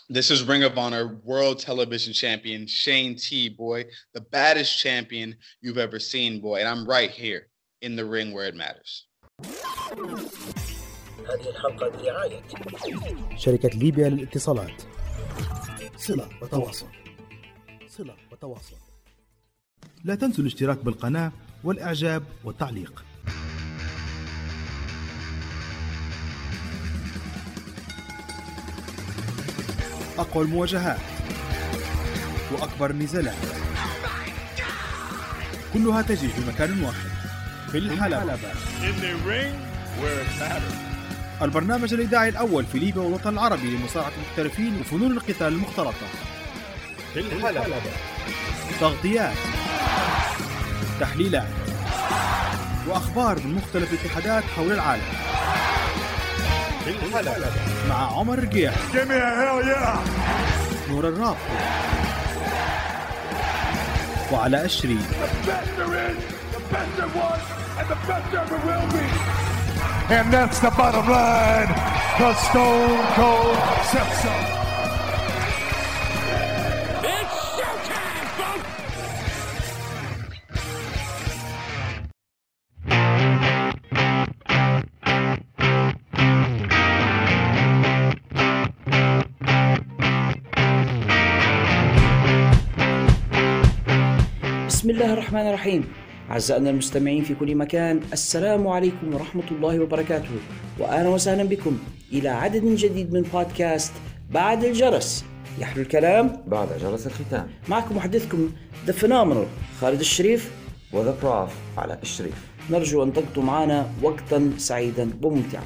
This is Ring of Honor World Television Champion Shane T, boy, the baddest champion you've ever seen, boy, and I'm right here in the ring where it matters. هذه الحلقة برعاية شركة ليبيا للاتصالات. صلة وتواصل. صلة وتواصل. لا تنسوا الاشتراك بالقناة والإعجاب والتعليق. أقوى المواجهات وأكبر النزالات كلها تجري في مكان واحد في الحلبة. البرنامج الإذاعي الأول في ليبيا والوطن العربي لمصارعة المحترفين وفنون القتال المختلطة. في الحلبة تغطيات، تحليلات، وأخبار من مختلف الاتحادات حول العالم. في الحلبة مع عمر رقيع، نور الراب، وعلى الشريف. And that's the bottom line, the Stone Cold said so. It's showtime, folks! بسم الله الرحمن الرحيم. أعزائنا المستمعين في كل مكان، السلام عليكم ورحمة الله وبركاته، وأهلا وسهلا بكم إلى عدد جديد من بودكاست بعد الجرس. يحلو الكلام بعد جرس الختام. معكم محدثكم The Phenomenal خالد الشريف وذا بروف على الشريف. نرجو أن تقضوا معنا وقتا سعيدا وممتعا.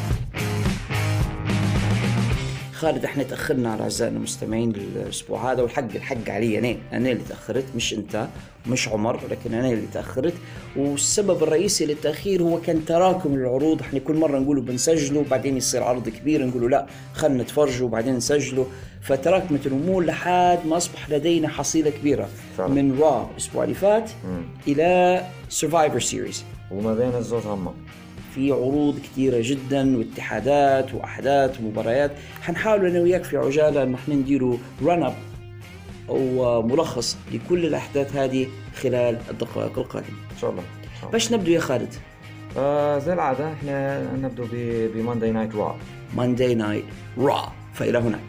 خالد، احنا تأخرنا على أعزائنا المستمعين الأسبوع هذا، والحق علي أنا اللي تأخرت، مش أنت مش عمر، لكن أنا اللي تأخرت. والسبب الرئيسي للتأخير هو كان تراكم العروض. احنا كل مرة نقوله بنسجله وبعدين يصير عرض كبير نقوله لا خلنا نتفرجه وبعدين نسجله، فتراكمت الأمور لحد ما أصبح لدينا حصيلة كبيرة فعلا. من را الأسبوع اللي فات إلى Survivor Series، وما بين الزوج هما في عروض كثيرة جدا واتحادات وأحداث ومباريات. حنحاول أنا وياك في عجالة أن احنا نديروا رن اب أو ملخص لكل الأحداث هذه خلال الدقائق القادمة إن شاء الله. باش نبدو يا خالد؟ زي العادة احنا نبدو بمانداي نايت را. مانداي نايت را، فإلى هناك.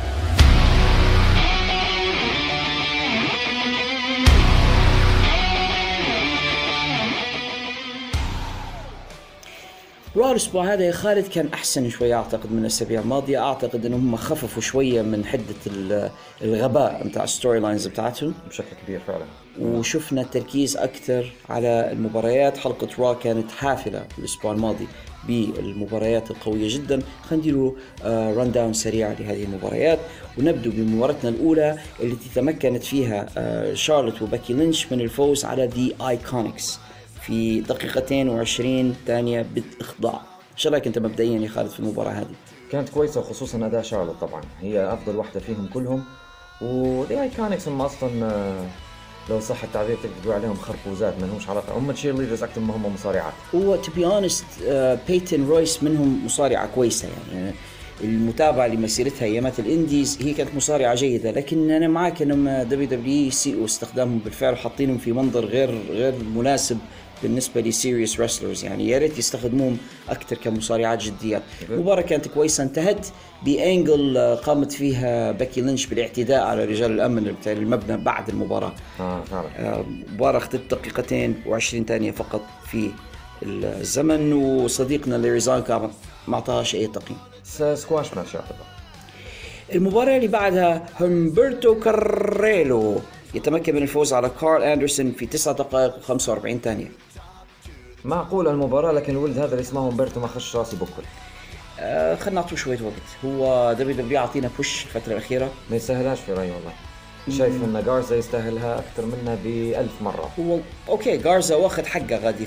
رأى الأسبوع هذا يا خالد كان أحسن شوية أعتقد من الأسابيع الماضية. أعتقد أنهم خففوا شوية من حدة الغباء متاع الستوري لاينز بتاعتهم بشكل كبير فعلا، وشفنا التركيز أكثر على المباريات. حلقة را كانت حافلة الأسبوع الماضي بالمباريات القوية جدا. خلينا نديروا ران داون سريع لهذه المباريات، ونبدأ بمباراتنا الأولى التي تمكنت فيها شارلوت وباكي لينش من الفوز على دي ايكونيكس في 2 ثانية بالإخضاع. شو رأيك أنت مبدئيا يا خالد في المباراة هذه؟ كانت كويسة، وخصوصا أداء شارلوت طبعا هي أفضل واحدة فيهم كلهم. ودي ايكونيكس هم أصلا لو صح التعبير تقدروا عليهم خربوزات، ما لهمش علاقة، هم تشير ليدرز أكثر ما هم مصارعات. هو to be honest بيتن رويس منهم مصارعة كويسة، يعني المتابعة لمسيرتها أيامات الإنديز هي كانت مصارعة جيدة، لكن أنا معك أنهم WWE يسيئوا استخدامهم بالفعل، حاطينهم في منظر غير مناسب بالنسبة لسيريوس رسلرز. يعني يا ريت يستخدموهم أكثر كمصارعات جديات. المباراة كانت كويسة، انتهت بأنجل قامت فيها باكي لينش بالاعتداء على رجال الأمن بتاع المبنى بعد المباراة. مباراة اخذت 2 ثانية فقط في الزمن، وصديقنا ليريزان كان ما اعطاهاش أي تقييم. سكواش ماتش يعتبر. المباراة اللي بعدها همبرتو كاريلو يتمكن من الفوز على كارل أندرسون في 9 دقائق و45 ثانية. معقولة المباراة، لكن الولد هذا اللي اسمه همبرتو ما خش راسي بكل. خلنا نعطيه شوية وقت. هو WWE عطينا بوش الفترة الأخيرة، ما يستاهلهاش في رأيي والله. شايف ان غارزا يستاهلها أكثر منها ب1000 مرة. هو أوكي غارزا واخد حقه غادي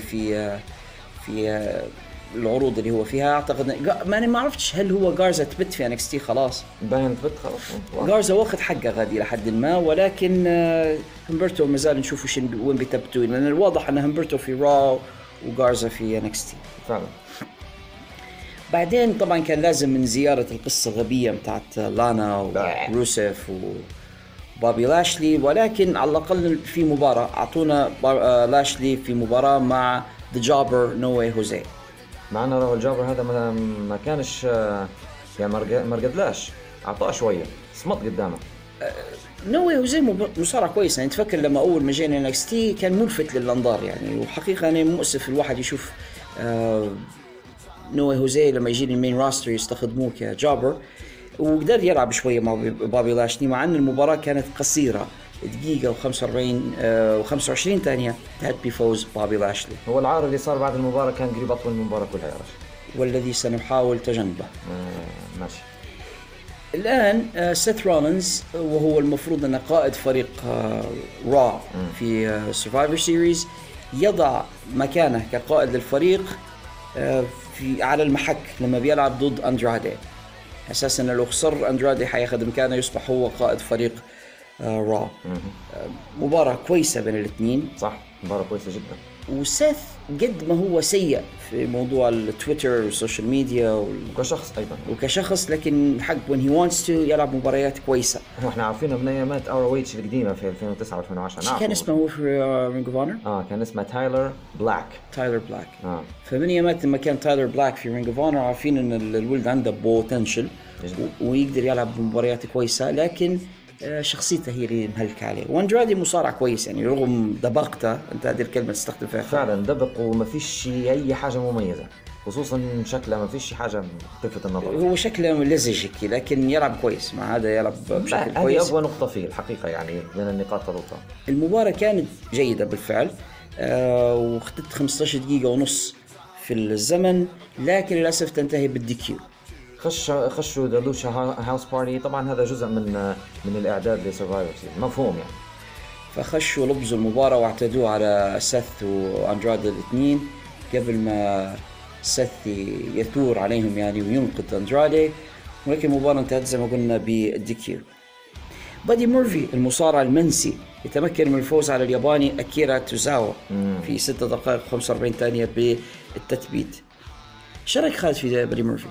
في العروض اللي هو فيها. اعتقد ما انا ما عرفتش هل هو غارزا تبت في NXT خلاص، باين تبت خلاص. غارزا واخد حقه غادي لحد ما، ولكن همبرتو مازال نشوفه وين بيثبتوا، لان الواضح ان همبرتو في راو وغارزا في NXT فعلا. بعدين طبعا كان لازم من زيارة القصة الغبية متاعت لانا وروسيف وبابي لاشلي، ولكن على الأقل في مباراة أعطونا لاشلي في مباراة مع The Jobber No Way Jose. معنا راهو الجابر هذا ما كانش يعني ما رقدلاش، أعطاه شوية صمت قدامه. نو واي جوزيه مصارع كويس يعني. تفكر لما اول ما جينا NXT كان ملفت للانظار يعني، وحقيقه انا مؤسف الواحد يشوف نو واي جوزيه لما يجي المين راستر يستخدموه كجابر، وقدر يلعب شويه مع بابي لاشلي، مع ان المباراه كانت قصيره دقيقه و25 ثانيه انتهت بفوز بابي لاشلي. هو العار اللي صار بعد المباراه كان قريب اطول من المباراه كلها يا رجل، والذي سنحاول تجنبه. ماشي. الآن سيث رولينز وهو المفروض أنه قائد فريق را في Survivor Series يضع مكانه كقائد للفريق على المحك لما بيلعب ضد أندرادي، أساساً لو خسر أندرادي حياخد مكانه يصبح هو قائد فريق را. مباراة كويسة بين الاثنين. صح، مباراة كويسة جدا. وسيث قد ما هو سيء في موضوع التويتر والسوشيال ميديا وكشخص أيضا وكشخص، لكن حق when he wants to يلعب مباريات كويسة. احنا عارفينه من ايامات ROH القديمة في 2009 و2010. كان اسمه هو في رينج اوف اونر؟ كان اسمه تايلر بلاك. فمن ايامات لما كان تايلر بلاك في رينج اوف اونر عارفين ان الولد عنده بوتنشل ويقدر يلعب مباريات كويسة، لكن شخصيته هي اللي مهلك عليه. واندرادي مصارع كويس يعني رغم دباقته، انت هذه الكلمه تستخدم فيها فعلا دبق وما فيش اي حاجه مميزه، خصوصا شكله ما فيش حاجه تلفت النظر. هو شكله لزج لكن يلعب كويس، مع هذا يلعب بشكل كويس. هذه اقوى نقطه فيه الحقيقه يعني من النقاط الأخرى. المباراه كانت جيده بالفعل، واخذت 15 دقيقه ونص في الزمن، لكن للاسف تنتهي بالديكيو. خشوا دلوشا هاوس بارتي، طبعا هذا جزء من الاعداد لسرفايفر مفهوم يعني. فخشوا لبزوا المباراه واعتدوا على سيث واندرادي الاثنين قبل ما سيث يثور عليهم يعني وينقذ اندرادي، ولكن المباراه انتهت زي ما قلنا بالديكيو. بادي مورفي المصارع المنسي يتمكن من الفوز على الياباني أكيرا توزاوا في 6 دقائق 45 ثانيه بالتثبيت. شو رايك خالد في بادي مورفي؟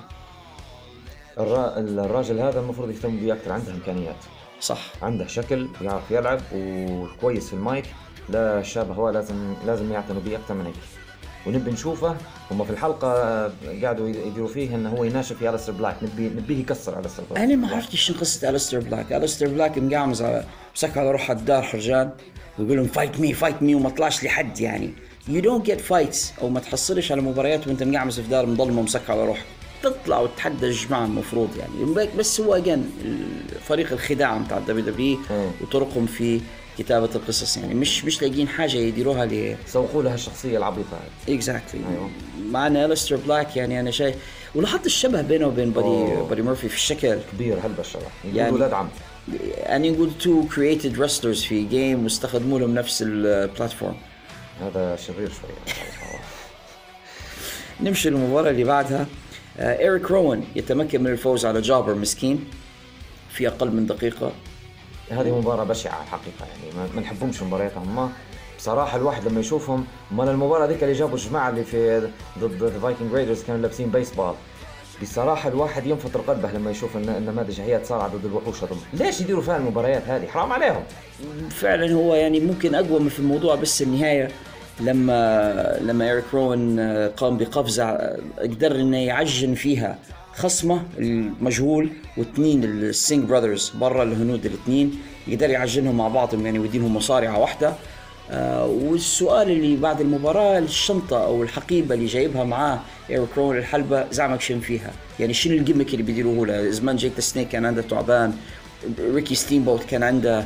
الراجل هذا المفروض يهتم بيه أكثر، عنده إمكانيات. صح، عنده شكل يعرف يلعب وكويس في المايك. لا شاب هو لازم يعتنوا بيه أكثر من هيك، ونبي نشوفه. هم في الحلقة قاعدوا يديروا فيه إنه هو يناشف في ألستر بلاك، نبيه يكسر ألستر بلاك. أنا ما عرفتش شنو قصة ألستر بلاك. ألستر بلاك مقامز مسك على روح الدار حرجان ويقول لهم فايت مي وما طلعش لحد يعني. you don't get fights أو ما تحصلش على مباريات وأنت مقامز في دار مضلمة ومسك على روحك، تطلع وتحدى الجماعة المفروض يعني. بس هو أجان فريق الخداع متاع WWE وطرقهم في كتابة القصص يعني مش لاقين حاجة يديروها سوقوا لها الشخصية العبيطة. exactly. معنا ألستر بلاك يعني أنا شايف ولاحظت الشبه بينه وبين بادي مورفي في الشكل كبير هالبشرة يعني ولاد عم يعني نقول two created wrestlers في جيم واستخدموا لهم نفس البلاتفورم. هذا شرير شوية. نمشي للمباراة اللي بعدها. إيريك روان يتمكن من الفوز على جابر مسكين في أقل من دقيقة. هذه مباراة بشعة الحقيقة يعني ما نحبهمش مبارياتهم بصراحة. الواحد لما يشوفهم مال المباراة ذيك اللي جابوا الجماعة اللي في ضد الفايكنج رايدرز كانوا لابسين بيسبول، بصراحة الواحد ينفطر قلبه لما يشوف ان نماذج هي تصارع ضد الوحوش هذول. ليش يديروا فيها المباريات هذه؟ حرام عليهم. فعلا هو يعني ممكن أقوى من في الموضوع، بس النهاية لما إيريك روان قام بقفزة قدر إنه يعجن فيها خصمه المجهول واثنين السينج براذرز برا الهنود الاثنين، يقدر يعجنهم مع بعضهم يعني ويدينهم مصارعة واحدة. والسؤال اللي بعد المباراة الشنطة أو الحقيبة اللي جايبها معاه إيريك روان الحلبة زعمك شن فيها يعني شنو الجيمك اللي بيديروه له؟ زمان جيك سنيك كان عنده تعبان، ريكي ستيمبوت كان عنده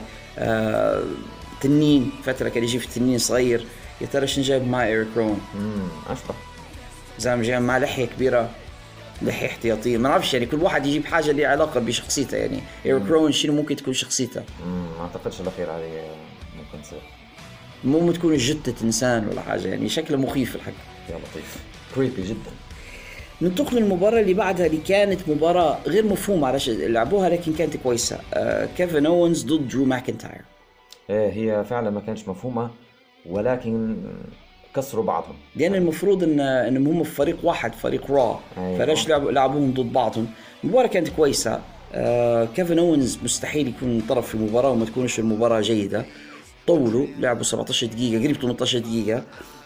تنين فترة كان يجي في تنين صغير، يا ترى شنو جايب مع إيريك روان؟ أشبه زعما جايب مع لحية كبيرة، لحية احتياطية، ما نعرفش يعني كل واحد يجيب حاجة لها علاقة بشخصيته يعني. إيريك روان شنو ممكن تكون شخصيته؟ ما أعتقدش الأخير هذه ممكن تصير، مو تكون جتة إنسان ولا حاجة يعني شكله مخيف الحق. يا لطيف كريبي جدا. ننتقل للمباراة اللي بعدها اللي كانت مباراة غير مفهومة على لعبوها لكن كانت كويسة. كيفن أوينز ضد درو ماكنتاير. هي فعلا ما كانتش مفهومة، ولكن كسروا بعضهم، لأن المفروض إنهم هم في فريق واحد، فريق را. أيوة. فليش لعبوهم ضد بعضهم؟ المباراة كانت كويسة. كيفن أوينز مستحيل يكون طرف في مباراة وما تكونش المباراة جيدة. طولوا، لعبوا 17 دقيقة، قريب 18 دقيقة.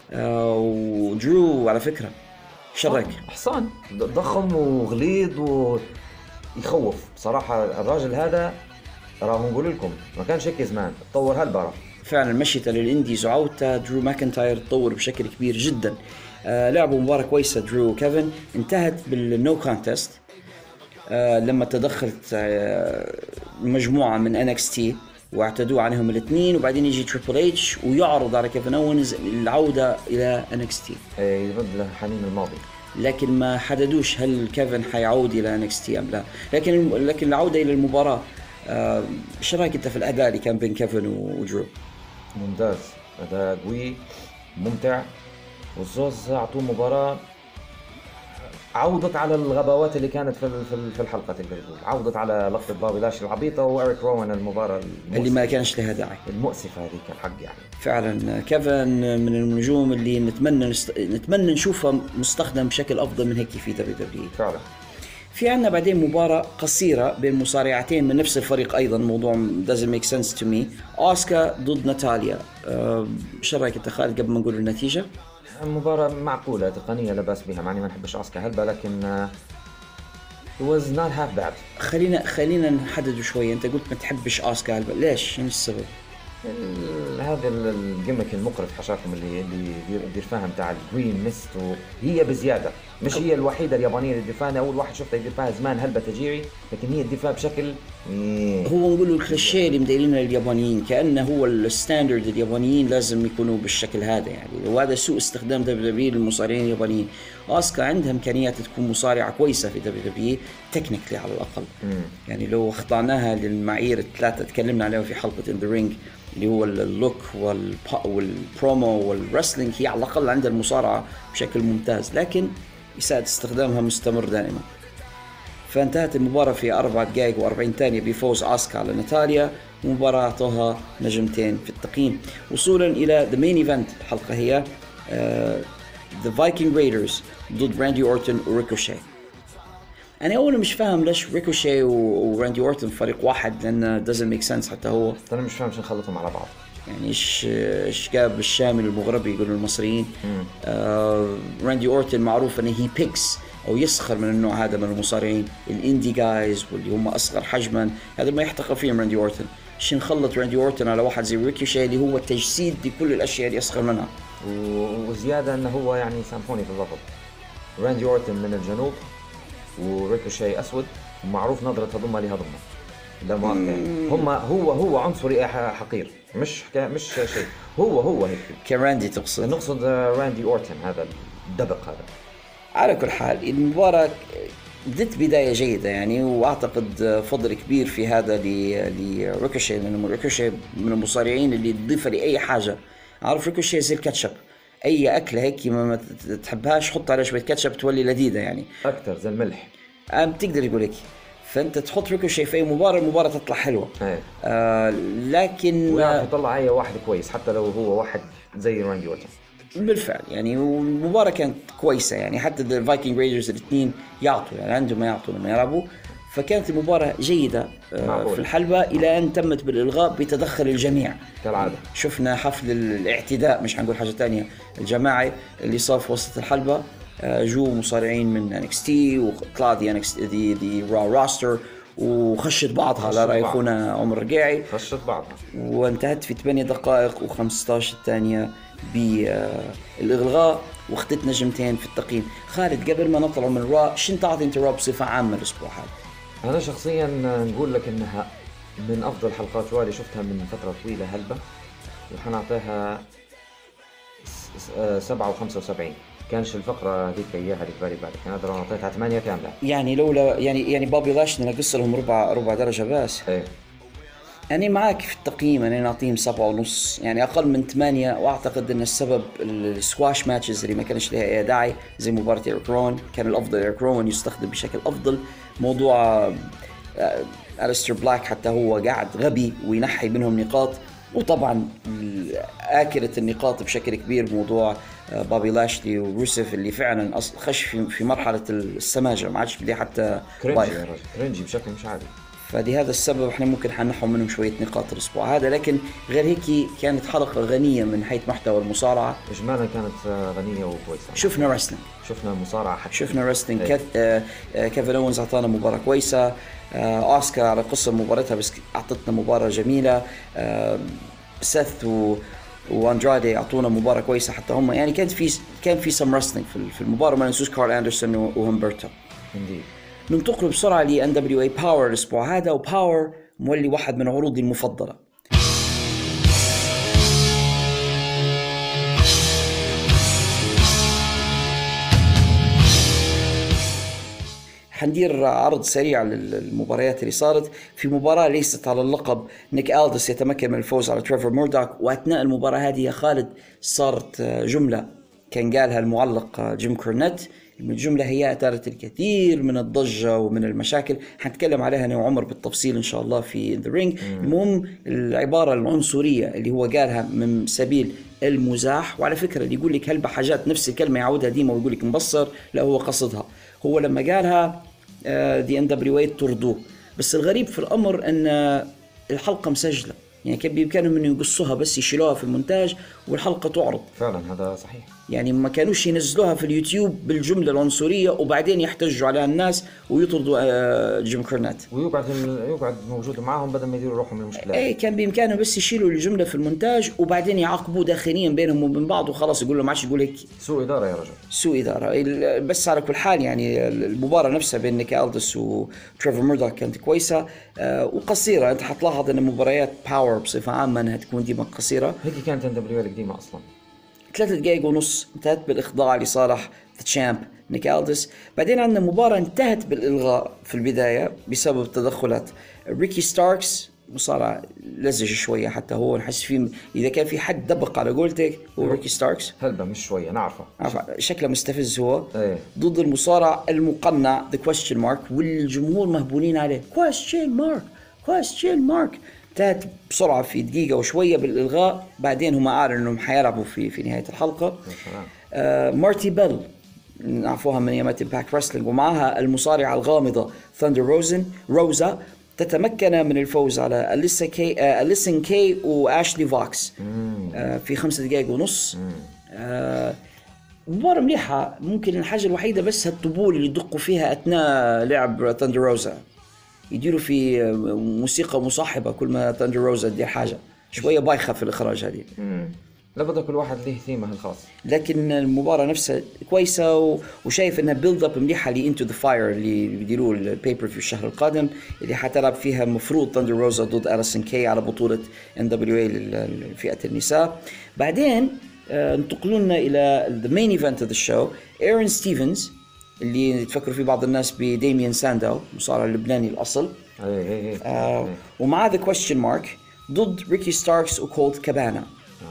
ودرو على فكرة شرك حصان ضخم وغليظ ويخوف بصراحة. الراجل هذا راه نقول لكم ما كانش هيك زمان، تطور هالبرا فعلا. مشيته للإنديز وعودته درو ماكنتاير تطور بشكل كبير جدا. لعبوا مباراة كويسة درو وكيفن، انتهت بالنو كونتست لما تدخلت مجموعة من NXT واعتدوا عليهم الاثنين، وبعدين يجي تريبل اتش ويعرض على كيفن أوينز العودة إلى NXT. يرد له حنين الماضي، لكن ما حددوش هل كيفن حيعود إلى NXT أم لا. لكن العودة إلى المباراة، ايش رايك انت في الاداء اللي كان بين كيفن ودرو؟ ممتاز، اداء قوي ممتع، والزوز اعطوه مباراه عوضت على الغباوات اللي كانت في الحلقه اللي بتقول، عوضت على لقطه بابي لاشلي العبيطه وإريك روان المباراه اللي ما كانش لها داعي، المؤسفه هذيك الحق يعني. فعلا كيفن من النجوم اللي نتمنى نشوفها مستخدم بشكل افضل من هيك في WWE فعلا. في عنا بعدين مباراة قصيرة بين مصارعتين من نفس الفريق أيضا، موضوع doesn't make sense to me. أوسكا ضد ناتاليا. شو رأيك أنت خالد قبل ما نقول النتيجة؟ مباراة معقولة تقنية لا بأس بها، معني ما نحبش أوسكا هلبا، لكن it was not half bad. خلينا نحدد شوية. أنت قلت ما تحبش أوسكا هلبا، ليش؟ شنو السبب؟ هذا الجيمك المقرف حشاكم اللي يدير فاهم تاع الجرين ميست، وهي بزيادة. مش هي الوحيدة اليابانية اللي تدير أول واحد شفتها يدير فيها زمان هلبة تجيري، لكن هي تدير فيها بشكل هو نقوله الكليشيه اللي مديرينه اليابانيين، كأنه هو الستاندرد اليابانيين لازم يكونوا بالشكل هذا يعني، وهذا سوء استخدام WWE للمصارعين اليابانيين. أوسكا عندها إمكانيات تكون مصارعة كويسة في WWE تكنيكلي على الأقل. يعني لو اخضعناها للمعايير الثلاثة تكلمنا عليها في حلقة In the Ring، اللي هو اللوك والبرومو والرسلينج، هي على الأقل عندها المصارعة بشكل ممتاز، لكن يساعد استخدامها مستمر دائما. فانتهت المباراة في 4 دقائق و40 ثانية بفوز أوسكا على ناتاليا، مباراة أعطوها نجمتين في التقييم. وصولا إلى the main event الحلقة هي The Viking Raiders ضد راندي أورتون وريكوشي. أنا أولا مش فاهم ليش ريكوشي وراندي أورتون فريق واحد، لأن doesn't make sense. حتى هو أنا مش فاهم شو نخلطهم على بعض يعني. إيش جاب الشامل المغربي يقولوا المصريين. راندي أورتون معروف أنه هي بيكس أو يسخر من النوع هذا من المصارعين الإندي جايز واللي هم أصغر حجما، هذا ما يحتقر فيهم راندي أورتون. إيش نخلط راندي أورتون على واحد زي ريكوشي اللي هو تجسيد لكل الأشياء اللي يسخر منها، وزيادة أنه هو يعني سامحوني في اللفظ، راندي أورتون من الجنوب وريكوشي أسود، ومعروف نظرة هضمة لها ضمة. لا ما هو عنصري حقير، مش شيء. هو هيك كراندي تقصد؟ نقصد راندي أورتون هذا الدبق هذا. على كل حال المباراة بدت بداية جيدة يعني، وأعتقد فضل كبير في هذا لريكوشي، لأنه ريكوشي من المصارعين اللي تضيفها لأي حاجة. عارف ريكوشي زي الكاتشب، أي أكلة هيك ما تحبهاش حط على شوية كاتشب تولي لذيذة يعني، أكتر زي الملح بتقدر يقول لك. فأنت تحط ريكوشي في أي مباراة، المباراة تطلع حلوة. لكن يطلع أي واحد كويس حتى لو هو واحد زي راندي أورتون بالفعل يعني. والمباراة كانت كويسة يعني، حتى الفايكنج ريدرز الاثنين يعطوا يعني، عندهم ما يعطوا لما يلعبوا. فكانت المباراة جيدة في الحلبة إلى أن تمت بالإلغاء بتدخل الجميع كالعادة. شفنا حفل الاعتداء، مش هنقول حاجة تانية، الجماعي اللي صار في وسط الحلبة. جو مصارعين من NXT وطلع دي را روستر وخشت بعضها لا رأيخونا عمر رقيعي، خشت بعضها وانتهت في 8 دقائق و15 ثانية بالإلغاء، واخذت نجمتين في التقييم. خالد قبل ما نطلع من را، شو تعطي انت را بصفة عامة الأسبوع هذا؟ أنا شخصيا نقول لك إنها من أفضل حلقات والي شفتها من فترة طويلة هلبة، وحنعطيها 7 و75. كانش الفقرة هذيك إياها اللي بالي بالك، أنا لو أعطيتها 8 كاملة يعني. لولا يعني بابي لاشلي نقص لهم ربع درجة بس. إيه. أنا معك في التقييم، أنا نعطيهم 7.5 يعني، أقل من 8. وأعتقد أن السبب السكواش ماتشز اللي ما كانش لها أي داعي، زي مباراة إيريك روان كان الأفضل إيريك روان يستخدم بشكل أفضل. موضوع أليستر بلاك حتى هو قاعد غبي وينحي منهم نقاط، وطبعا آكلة النقاط بشكل كبير موضوع بابي لاشلي وروسيف اللي فعلا خش في مرحله السماجه، ما عادش بدي حتى كرنجي بشكل مش عادي. فلهذا السبب احنا ممكن حنحهم منهم شويه نقاط الاسبوع هذا، لكن غير هيك كانت حلقه غنيه من حيث محتوى المصارعه، اجمالا كانت غنيه وكويسه. شفنا رسلينج، شفنا مصارعه حتى. شفنا رسلينج. كيفن أوينز اعطانا مباراه كويسه، اوسكا على قصه مباراتها بس اعطتنا مباراه جميله، سيث واندرادي اعطونا مباراه كويسه حتى هم، يعني كان في سم رسلينج في المباراه. ما ننسوش كارل اندرسون وهمبرتو. ننتقل بسرعة ل NWA Power الأسبوع هذا، وباور مولي واحد من عروضي المفضلة. حندير عرض سريع للمباريات اللي صارت. في مباراة ليست على اللقب، نيك ألدس يتمكن من الفوز على تريفر موردوك، وأثناء المباراة هذه يا خالد صارت جملة كان قالها المعلق جيم كورنيت، من الجملة هي أثارت الكثير من الضجة ومن المشاكل، حنتكلم عليها أنا وعمر بالتفصيل إن شاء الله في The Ring. المهم العبارة العنصرية اللي هو قالها من سبيل المزاح، وعلى فكرة اللي يقول لك هلبة حاجات نفس الكلمة يعودها ديما ويقول لك مبصر، لا هو قصدها. هو لما قالها The NWA طردوه، بس الغريب في الأمر أن الحلقة مسجلة، يعني كان بإمكانهم إنه يقصوها بس يشيلوها في المونتاج والحلقة تعرض. فعلا هذا صحيح، يعني ما كانوش ينزلوها في اليوتيوب بالجملة العنصرية وبعدين يحتجوا عليها الناس ويطردوا جيم كورنيت ويقعد موجود معهم بدل ما يديروا روحهم من المشكلة. ايه كان بإمكانه بس يشيلوا الجملة في المونتاج وبعدين يعاقبوا داخليا بينهم وبين بعض وخلاص، يقول له ما عادش يقول هيك. سوء إدارة يا رجل، سوء إدارة. بس على كل حال يعني المباراة نفسها بين نيك ألدس وتريفر موردوك كانت كويسة وقصيرة. انت حتلاحظ ان مباريات باور بصفة عامة انها تكون ديما قصيرة. هيك كانت NWA القديمة اصلا 3 دقائق ونص، انتهت بالإخضاع لصالح ذا تشامب نيك ألدس. بعدين عندنا مباراة انتهت بالإلغاء في البداية بسبب تدخلات ريكي ستاركس، مصارع لزج شوية حتى هو، نحس فيه إذا كان في حد دبق على قولتك هو ريكي ستاركس. هلبة مش شوية نعرفه، شكله مستفز هو ضد المصارع المقنع The Question Mark، والجمهور مهبولين عليه Question Mark. انتهت بسرعة في دقيقة وشوية بالإلغاء. بعدين هم أعلنوا أنهم حيلعبوا في نهاية الحلقة. مارتي بيل نعرفوها من أيامات إمباكت رسلينج، ومعها المصارعة الغامضة ثاندر روزا تتمكن من الفوز على أليسن كي وآشلي فوكس في 5 دقائق ونص. مباراة مليحة. ممكن الحاجة الوحيدة بس هالطبول اللي يدقوا فيها أثناء لعب ثاندر روزا، يديروا في موسيقى مصاحبة كل ما ثاندر روزا تدير حاجة شوية بايخة في الإخراج هذه. لابد كل واحد له ثيمه الخاص. لكن المباراة نفسها كويسة وشايف انها بيلد اب مليحة لي انتو ذا فاير اللي بيديروه البيبر في الشهر القادم، اللي حتلعب فيها المفروض ثاندر روزا ضد أليسن كي على بطولة NWA لفئة النساء. بعدين انتقلنا إلى the main event of the show، إيرون ستيفنز اللي تفكروا فيه بعض الناس بديميان سانداو، مصارع لبناني الأصل، ومع The Question Mark ضد ريكي ستاركس وكولت كابانا.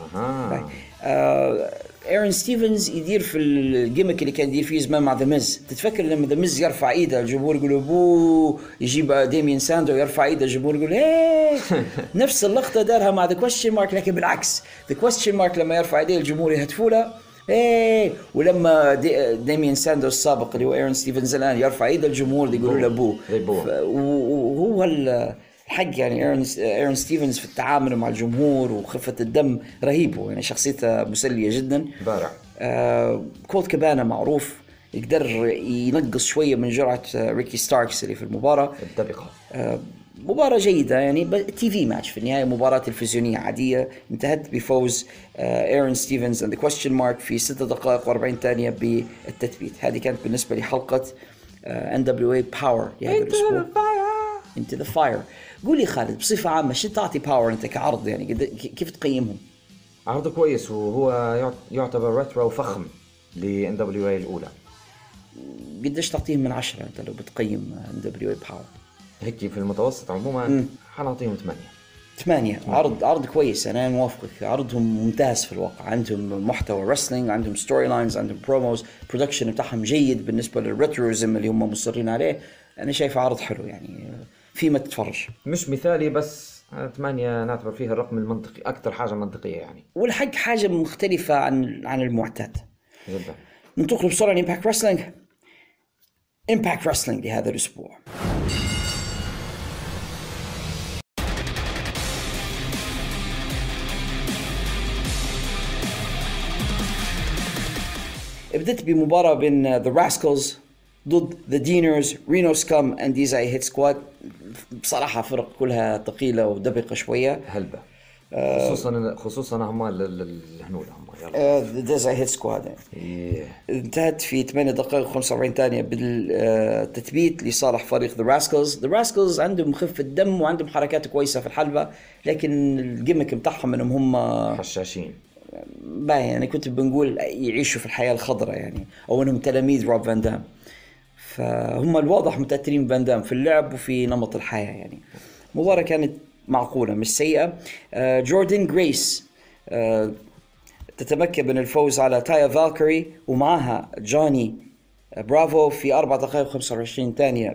ايرون ستيفنز يدير في الجيمك اللي كان يدير فيه زمان مع ذا ميز. تتفكر لما ذا ميز يرفع ايده الجمهور يقول بو، يجيب ديميان ساندو يرفع ايده الجمهور يقول هي. نفس اللقطه دارها مع ذا كويستشن مارك، لكن بالعكس ذا كويستشن مارك لما يرفع ايده الجمهور يهتفوا له ايه، ولما ديميان ساندو السابق اللي هو ايرون ستيفنز الان يرفع ايده الجمهور يقولوا له بو. وهو الحق يعني ايرون ستيفنز في التعامل مع الجمهور وخفة الدم رهيب، يعني شخصيته مسلية جدا. بارع. كولت كابانا معروف يقدر ينقص شوية من جرعة ريكي ستاركس اللي في المباراة. الدبقة. مباراة جيدة يعني تي في ماتش في النهاية، مباراة تلفزيونية عادية انتهت بفوز ايرون ستيفنز and the question mark في 6 دقائق و40 ثانية بالتثبيت. هذه كانت بالنسبة لي حلقة NWA Power لهذا الأسبوع. Into the Fire. قولي خالد بصفة عامة شو تعطي باور انت كعرض، يعني كيف تقيمهم؟ عرض كويس وهو يعتبر ريترو فخم ل NWA الأولى. قديش تعطيهم من 10 انت لو بتقيم NWA Power؟ هيك في المتوسط عموما حنعطيهم 8. عرض كويس، انا موافقك. عرضهم ممتاز في الواقع، عندهم محتوى رسلينج، عندهم ستوري لاينز، عندهم بروموز، برودكشن بتاعهم جيد بالنسبة للريتروزم اللي هم مصرين عليه. انا شايف عرض حلو يعني فيما تتفرج. مش مثالي بس 8 نعتبر فيها الرقم المنطقي، اكثر حاجه منطقيه يعني. والحق حاجه مختلفه عن المعتاد. جدا. ننتقل بسرعة لإمباكت رسلينج. إمباكت رسلينج لهذا الأسبوع. بدأت بمباراة بين ذا راسكلز ضد ذا دينرز، رينو سكام اند ديزاي هيت سكواد. بصراحة فرق كلها ثقيلة ودبقة شوية. هلبة. خصوصا هم الهنود هم ذا ديزاي هيت سكواد. انتهت في 8 دقائق 45 ثانية بالتثبيت لصالح فريق ذا راسكلز. ذا راسكلز عندهم خفة دم وعندهم حركات كويسة في الحلبة، لكن الجيمك بتاعهم انهم هم حشاشين باين. يعني كنت بنقول يعيشوا في الحياة الخضراء يعني، أو أنهم تلاميذ روب فان دام. فهم الواضح متأثرين بفان دام في اللعب وفي نمط الحياة يعني. مباراة كانت معقولة مش سيئة. جوردن جريس تتمكن من الفوز على تايا فالكري ومعها جوني برافو في 4 دقائق 25 ثانية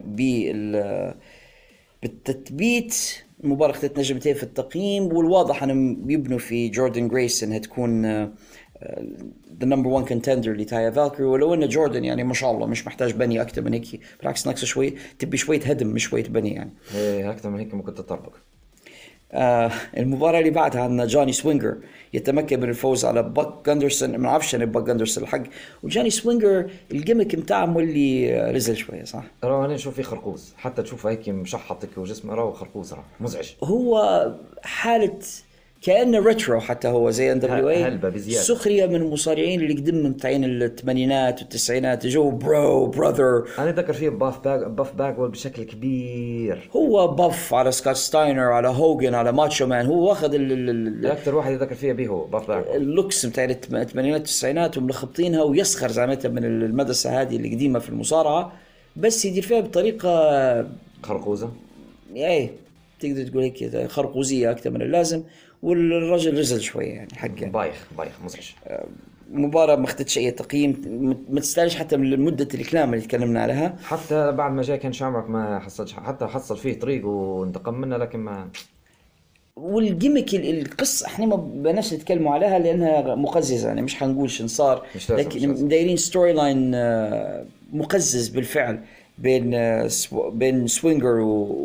بالتثبيت. المباراة اخذت نجمتين في التقييم، والواضح انهم بيبنوا في جوردن جريس انها تكون the number one contender لتايا فالكري. ولو ان جوردن يعني ما شاء الله مش محتاج بني اكتر من هيك، بالعكس ناقصه شوي، تبي شوية هدم مش شوية بني يعني. ايه اكتر من هيك ممكن تطربق. المباراة اللي بعدها عندنا جوني سوينجر يتمكن من الفوز على باك جاندرسون. ما اعرفش انا باك جاندرسون الحق. وجوني سوينجر الجيمك بتاعه مولي رزل شويه صح. ترى انا نشوف فيه خرقوز، حتى تشوفه هيك مشحطك وجسمه راهو خرقوز مزعج. هو حالة كأنه ريترو، حتى هو زي ان دبليو اي سخرية من المصارعين اللي قدم متعين الثمانينات والتسعينات، جو برو براذر. انا ذكر فيه باف باغول بشكل كبير. هو باف على سكوت ستاينر، على هوجن، على ماتشو مان. هو واخذ اكثر واحد يذكر فيه به هو باف باغول. اللوكس متاع الثمانينات والتسعينات وملخبطينها، ويسخر زعمتها من المدرسة هذه اللي قديمة في المصارعة، بس يدير فيها بطريقة خرقوزة. ايه تقدر تقول هيك خرقوزية اكثر من اللازم. والرجل رزل شوية يعني حقا بايخ مزعج. مباراة ما اخذتش اي تقييم، ما تستاهلش حتى من مدة الكلام اللي تكلمنا عليها. حتى بعد ما جاء كان شامرك ما حصلش، حتى حصل فيه طريق وانتقم منه، لكن ما. والجيمك القصة احنا ما بدناش نتكلموا عليها لانها مقززة يعني، مش حنقول شن صار، لكن دايرين ستوري لاين مقزز بالفعل بين سوينجر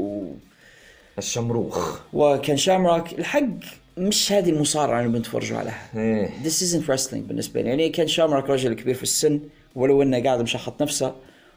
الشمروخ وكان شامروك. الحق مش هذه المصارعة اللي بنتفرجوا عليها. This isn't wrestling بالنسبة لي يعني. كان شامروك رجل كبير في السن، ولو انه قاعد مشخط نفسه،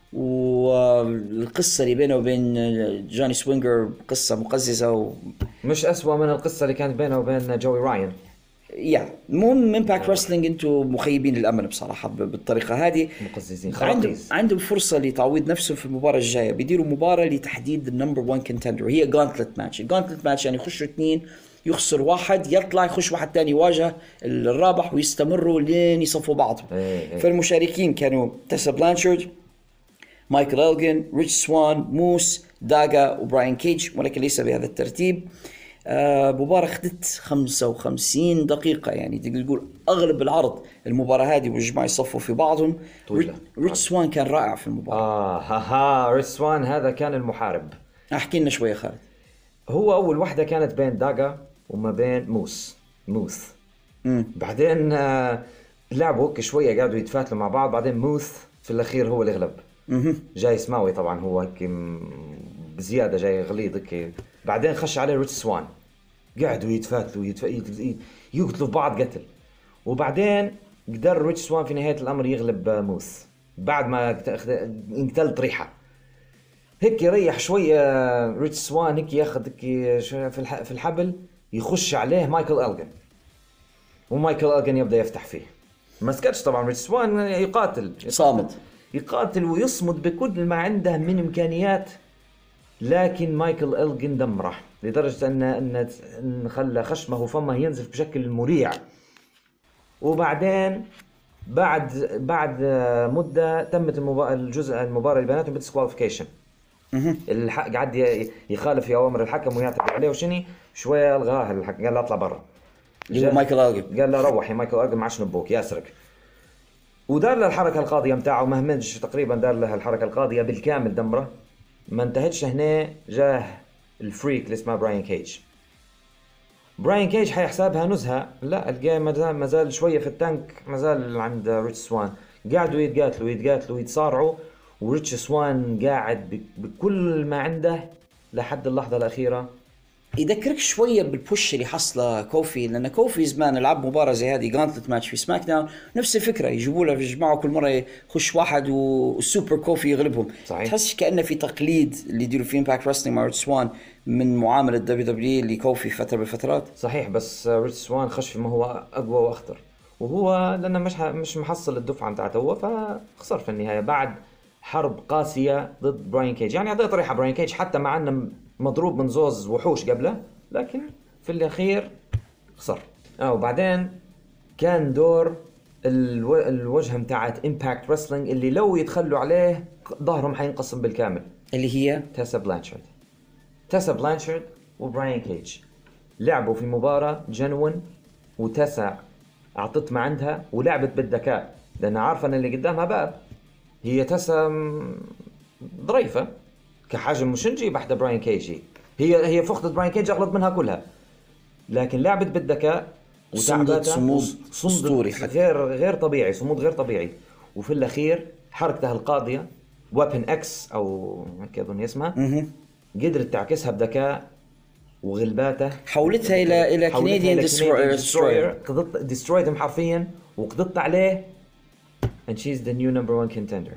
والقصة اللي بينه وبين جوني سوينجر قصة مقززة مش أسوأ من القصة اللي كانت بينه وبين جوي راين. المهم امباكت رسلينج انتوا مخيبين الامل بصراحه بالطريقه هذه، مقززين. عندهم فرصه لتعويض نفسهم في المباراه الجايه. بيديروا مباراه لتحديد النمبر 1 كونتندر، هي جانتلت ماتش. الجانتلت ماتش يعني يخشوا 2، يخسر واحد، يطلع يخش واحد تاني يواجه الرابح، ويستمروا لين يصفوا بعض. فالمشاركين كانوا تيسا بلانشارد، مايكل إلجن، ريتش سوان، موس، داغا وبراين كيج، ولكن ليس بهذا الترتيب. مباراة أخذت 55 دقيقة يعني تقدر تقول أغلب العرض المباراة هذه، والجماعة يصفوا في بعضهم. ريتش سوان كان رائع في المباراة. ريتش سوان هذا كان المحارب. أحكي لنا شوية خالد. هو أول واحدة كانت بين داغا وما بين موث. بعدين لعبوا شوية قاعدوا يتفاتلوا مع بعض، بعدين موث في الأخير هو اللي غلب. جاي سماوي طبعا، هو هيك بزيادة جاي غليظ هيك. بعدين خش عليه ريتش سوان، قاعدوا يتفاتلوا يقتلوا بعض قتل. وبعدين قدر ريتش سوان في نهاية الأمر يغلب موث بعد ما انقتل طريحة هيك. يريح شوية ريتش سوان هيك، ياخذ هيك في الحبل، يخش عليه مايكل إلجن، ومايكل إلجن يبدأ يفتح فيه. ما سكتش طبعا ريتش سوان، يقاتل صامد، يقاتل ويصمد بكل ما عنده من إمكانيات. لكن مايكل إلجن دمره لدرجة أن خلى خشمه وفمه ينزف بشكل مريع. وبعدين بعد مدة تمت المباراة اللي بيناتهم بالديسكواليفيكيشن. قعد يخالف في أوامر الحكم ويعترض عليه وشني شوية، ألغاها الحكم، قال له أطلع برا. مايكل إلجن قال له روح يا مايكل إلجن، معش نبوك ياسرك. ودار له الحركة القاضية متاعه، مهمنش تقريبا دار له الحركة القاضية بالكامل دمره. ما انتهتش هنا، جاه الفريك اللي اسمه براين كيج. براين كيج حيحسبها نزهة، لا الجيم ما زال شوية في التانك، ما زال عند ريتش سوان. قاعدوا يتقاتلوا يتصارعوا، وريتش سوان قاعد بكل ما عنده لحد اللحظة الأخيرة. يذكرك شوية بالبوش اللي حصله كوفي، لأن كوفي زمان لعب مباراة زي هذه جانتلت ماتش في سماك داون، نفس الفكرة، يجيبوا له في الجماعة كل مرة يخش واحد والسوبر كوفي يغلبهم. صحيح. تحس كأنه في تقليد اللي يديروا في امباكت رسلينج مع ريتش سوان من معاملة دبليو لكوفي فترة بفترات. صحيح، بس ريتش سوان خش في ما هو أقوى وأخطر، وهو لأنه مش محصل الدفعة متاعته هو، فخسر في النهاية بعد حرب قاسية ضد براين كيج. يعني أعطيه طريحة براين كيج حتى مع أنه مضروب من زوز وحوش قبله، لكن في الأخير خسر. وبعدين كان دور الوجهة متاعت امباكت رسلينج اللي لو يتخلوا عليه ظهرهم حينقسم بالكامل، اللي هي تيسا بلانشارد وبراين كيج. لعبوا في مباراة جنون، وتيسا أعطت ما عندها ولعبت بالذكاء، لأنها عارفة أن اللي قدامها باب. هي تيسا ضريفة كحجم، مش نجيب واحدة براين كيج، هي فقدت براين كيج أغلط منها كلها، لكن لعبت بالذكاء وصمدت صمود غير طبيعي، صمود غير طبيعي. وفي الأخير حركتها القاضية وابن اكس او هيك اظن اسمها، قدرت تعكسها بذكاء وغلباته، حولتها الى كنديان ديستروير، ديسترويدهم حرفيا وقضت عليه. and she's the new number one contender.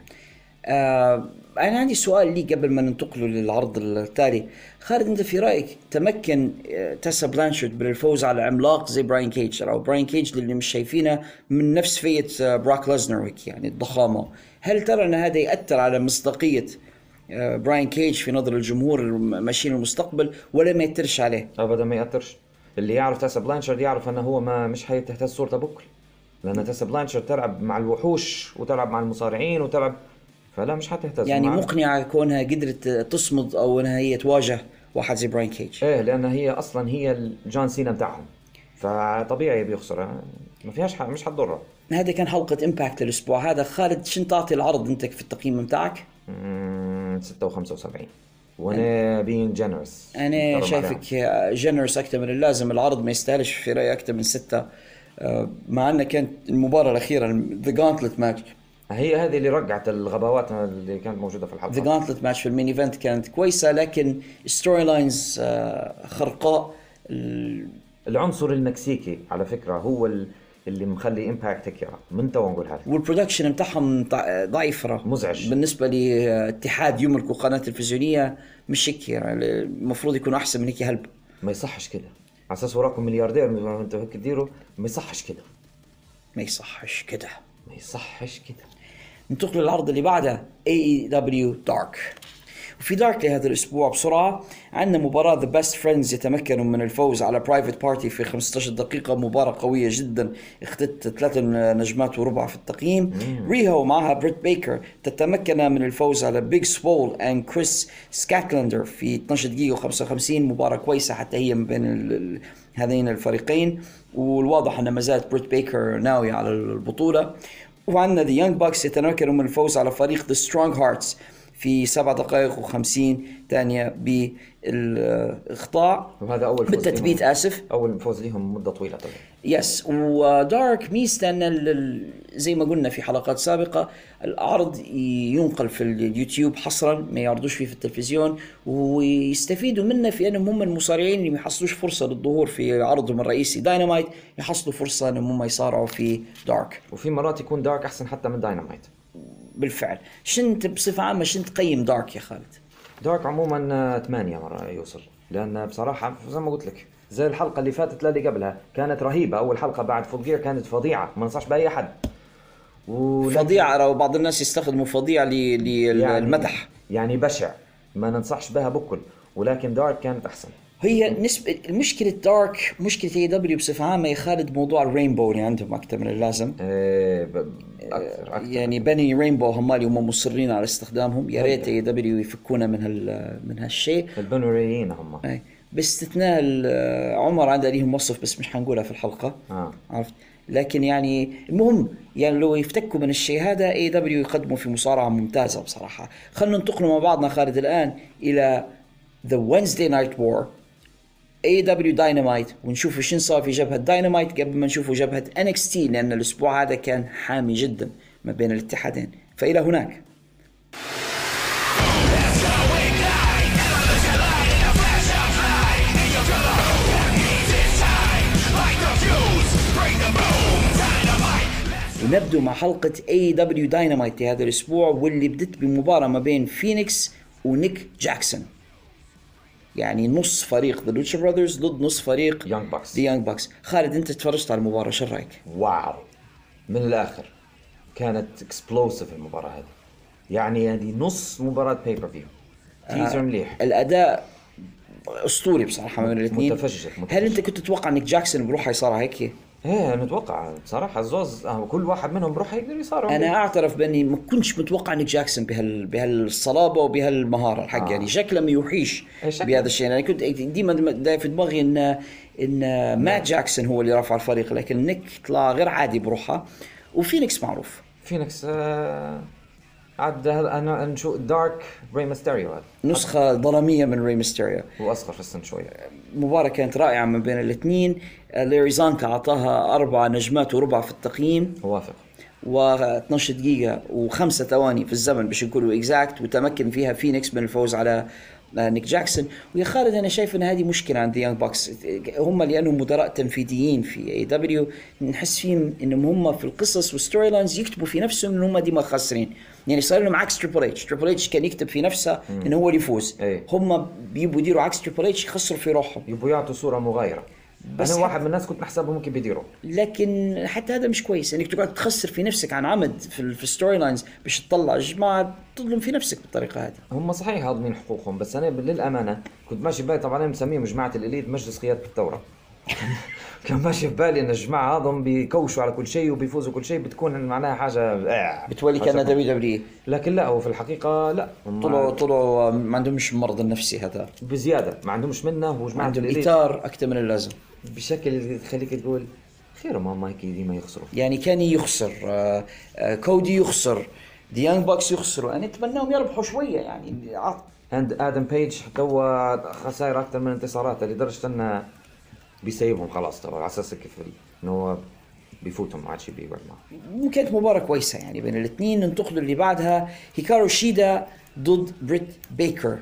أنا عندي سؤال لي قبل ما ننتقل للعرض التالي. خالد، أنت في رأيك تمكن تيسا بلانشارد بالفوز على عملاق زي براين كيج، أو براين كيج اللي مش شايفينه من نفس فئة براك ليزنر يعني الضخامة، هل ترى أن هذا يأثر على مصداقية براين كيج في نظر الجمهور ماشيين المستقبل، ولا ما يأثرش عليه؟ أبدا ما يأثرش. اللي يعرف تيسا بلانشارد يعرف أنه هو مش هيتهتز صورته بكل، لأن تيسا بلانشارد تلعب مع الوحوش وتلعب مع المصارعين وتلعب، فلا مش هتهتز. يعني مقنعة كونها قدرت تصمد أو أنها هي تواجه واحد زي براين كيج. إيه، لأن هي أصلا هي الجون سينا بتاعهم، فطبيعي بيخسر، ما فيهاش مش حتضره. هذا كان حلقة إمباكت الأسبوع هذا. خالد، شن تعطي العرض أنت في التقييم متاعك؟ 6.75، وأنا being generous. أنا شايفك generous أكثر من اللازم. العرض ما يستاهلش في رأيي أكثر من 6، مع أن كانت المباراة الأخيرة The Gauntlet Match هي هذه اللي رجعت الغباوات اللي كانت موجودة في الحلقة. The Gauntlet Match في المين إيفنت كانت كويسة، لكن ستوري لاينز خرقاء. العنصر المكسيكي على فكرة هو اللي مخلي إمباكت هيك من تو نقول هذا، والبرودكشن متاعهم ضعيف، مزعج بالنسبة لاتحاد يملكوا قناة تلفزيونية مش هيك، يعني المفروض يكونوا أحسن من هيك هلب. ما يصحش كده، على أساس وراكم ملياردير وانتوا هيك تديروا، ما يصحش كده، ما يصحش كده. ننتقل للعرض اللي بعده AEW Dark. وفي دارك لهذا الأسبوع بسرعة عندنا مباراة The Best Friends يتمكنوا من الفوز على Private Party في 15 دقيقة. مباراة قوية جدا، اختت 3 نجمات وربع في التقييم. ريهو معها بريت بيكر تتمكن من الفوز على بيج سوول and كريس سكاتلندر في 12 دقيقة و55. مباراة كويسة حتى هي من بين هذين الفريقين، والواضح أن ما زالت بريت بيكر ناوية على البطولة. وعندنا The Young Bucks يتمكنوا من الفوز على فريق The Strong Hearts في 7 دقائق و50 ثانية بالإخطاء، وهذا أول فوز بالتثبيت لهم. آسف، أول فوز لهم مدة طويلة طبعا. يس. ودارك ميزته زي ما قلنا في حلقات سابقة، العرض ينقل في اليوتيوب حصرا، ما يعرضوش فيه في التلفزيون، ويستفيدوا منه في أنهم هم المصارعين اللي ما يحصلوش فرصة للظهور في عرضهم الرئيسي داينامايت يحصلوا فرصة أنهم هم يصارعوا في دارك. وفي مرات يكون دارك أحسن حتى من داينامايت. بالفعل. شنت بصفة عامة شنت تقيم دارك يا خالد؟ دارك عموما 8 مرة يوصل، لأن بصراحة زي ما قلت لك زي الحلقة اللي فاتت اللي قبلها كانت رهيبة. أول حلقة بعد فول جير كانت فظيعة، ما ننصحش بأي حد. فظيعة، وبعض الناس يستخدموا فظيعة للمدح، يعني بشع، ما ننصحش بها بكل. ولكن دارك كانت أحسن. هي نسبة المشكلة دارك، مشكلة AEW بصفة عامة يا خالد، موضوع الرينبو اللي عندهم أكثر من اللازم. أكثر. يعني بني رينبو هم اللي هم مصرين على استخدامهم. يا ريت AEW يفكونا من هالشيء. البنوريين هم. باستثناء عمر عنده ليهم وصف بس مش حنقولها في الحلقة. عرفت؟ لكن يعني المهم يعني لو يفتكوا من الشيء هذا AEW يقدموا في مصارعة ممتازة بصراحة. خلنا ننتقل مع بعضنا خالد الآن إلى The Wednesday Night War. AEW داينامايت ونشوف شو صار في جبهة داينامايت قبل ما نشوفه جبهة NXT، لأن الأسبوع هذا كان حامي جدا ما بين الاتحادين. فإلى هناك. ونبدو مع حلقة AEW Dynamite هذا الأسبوع، واللي بدت بمباراة ما بين فينيكس ونيك جاكسون. يعني نص فريق The Lucha Brothers ضد نص فريق The Young Bucks. خالد أنت تفرجت على المباراة، شو رأيك؟ واو، من الآخر كانت explosive المباراة هذه. يعني هذه نص مباراة بيبر فيو. تيزر مليح. الأداء أسطوري بصراحة من الاثنين. متفشت. هل أنت كنت تتوقع نيك جاكسون بروحه يصير هيك؟ ايه انا متوقع بصراحه الزوز كل واحد منهم بروح يقدر يصارع. انا اعترف باني ما كنتش متوقع نيك جاكسون بهالصلابه وبهالمهاره الحق. يعني شكله ما يوحيش بهذا الشيء. انا كنت ديما في دماغي ان مات جاكسون هو اللي رفع الفريق، لكن نيك طلع غير عادي بروحه. وفينيكس معروف، فينيكس عاد انا نشوف دارك ري ميستيريو، هذا نسخه ظلاميه من ري ميستيريو، واصغر في السن شويه. مباراة كانت رائعة ما بين الاثنين. ليري زانكا أعطاها 4 نجمات وربع في التقييم، وافق، و12 دقيقة و5 ثواني في الزمن باش نقولوا اكزاكت، وتمكن فيها فينيكس من الفوز على نيك جاكسون. ويا خالد أنا شايف أن هذه مشكلة عند يانج باكس، هم لأنهم مدراء تنفيذيين في اي دبليو، نحس فيهم أنهم هم في القصص والستوري لاينز يكتبوا في نفسهم أن هم ديما خاسرين. يعني صار لهم عكس تريبل اتش كان يكتب في نفسه انه هو اللي يفوز. هم بيبوا يديروا عكس تريبل اتش، يخسروا في روحهم، يبوا يعطوا صوره مغايره. بس انا واحد من الناس كنت نحسبه ممكن بيديروا، لكن حتى هذا مش كويس انك تقعد تخسر في نفسك عن عمد في الستوري لاينز باش تطلع جماعه تظلم في نفسك بالطريقه هذه. هم صحيح هاضمين حقوقهم، بس انا للامانه كنت ماشي بالي، طبعا انا مسميهم جماعه الاليت مجلس قياده الثوره. كان ماشي في بالي ان الجماعه هذم بيكوشوا على كل شيء وبيفوزوا كل شيء، بتكون معناها حاجه بتولي كان دبليو. لكن لا، هو في الحقيقه لا، طلعوا ما عندهمش مرض النفسي هذا بزياده، ما عندهمش منه، وجماعه عندهم اثار اكثر من اللازم بشكل يخليك تقول خير ما هيك ديما يخسروا. يعني كان يخسر كودي يخسر، دي يانج باكس يخسروا، انا اتمناهم يربحوا شويه يعني. عند ادم بيج تو خسائر اكثر من انتصارات، لدرجه انه بيسيبهم خلاص طبعا على اساس كيف انه بيفوتهم ما عادش بيقعد معه. كانت مباراه كويسه يعني بين الاثنين. ننتقل اللي بعدها، هيكارو شيدا ضد بريت بيكر.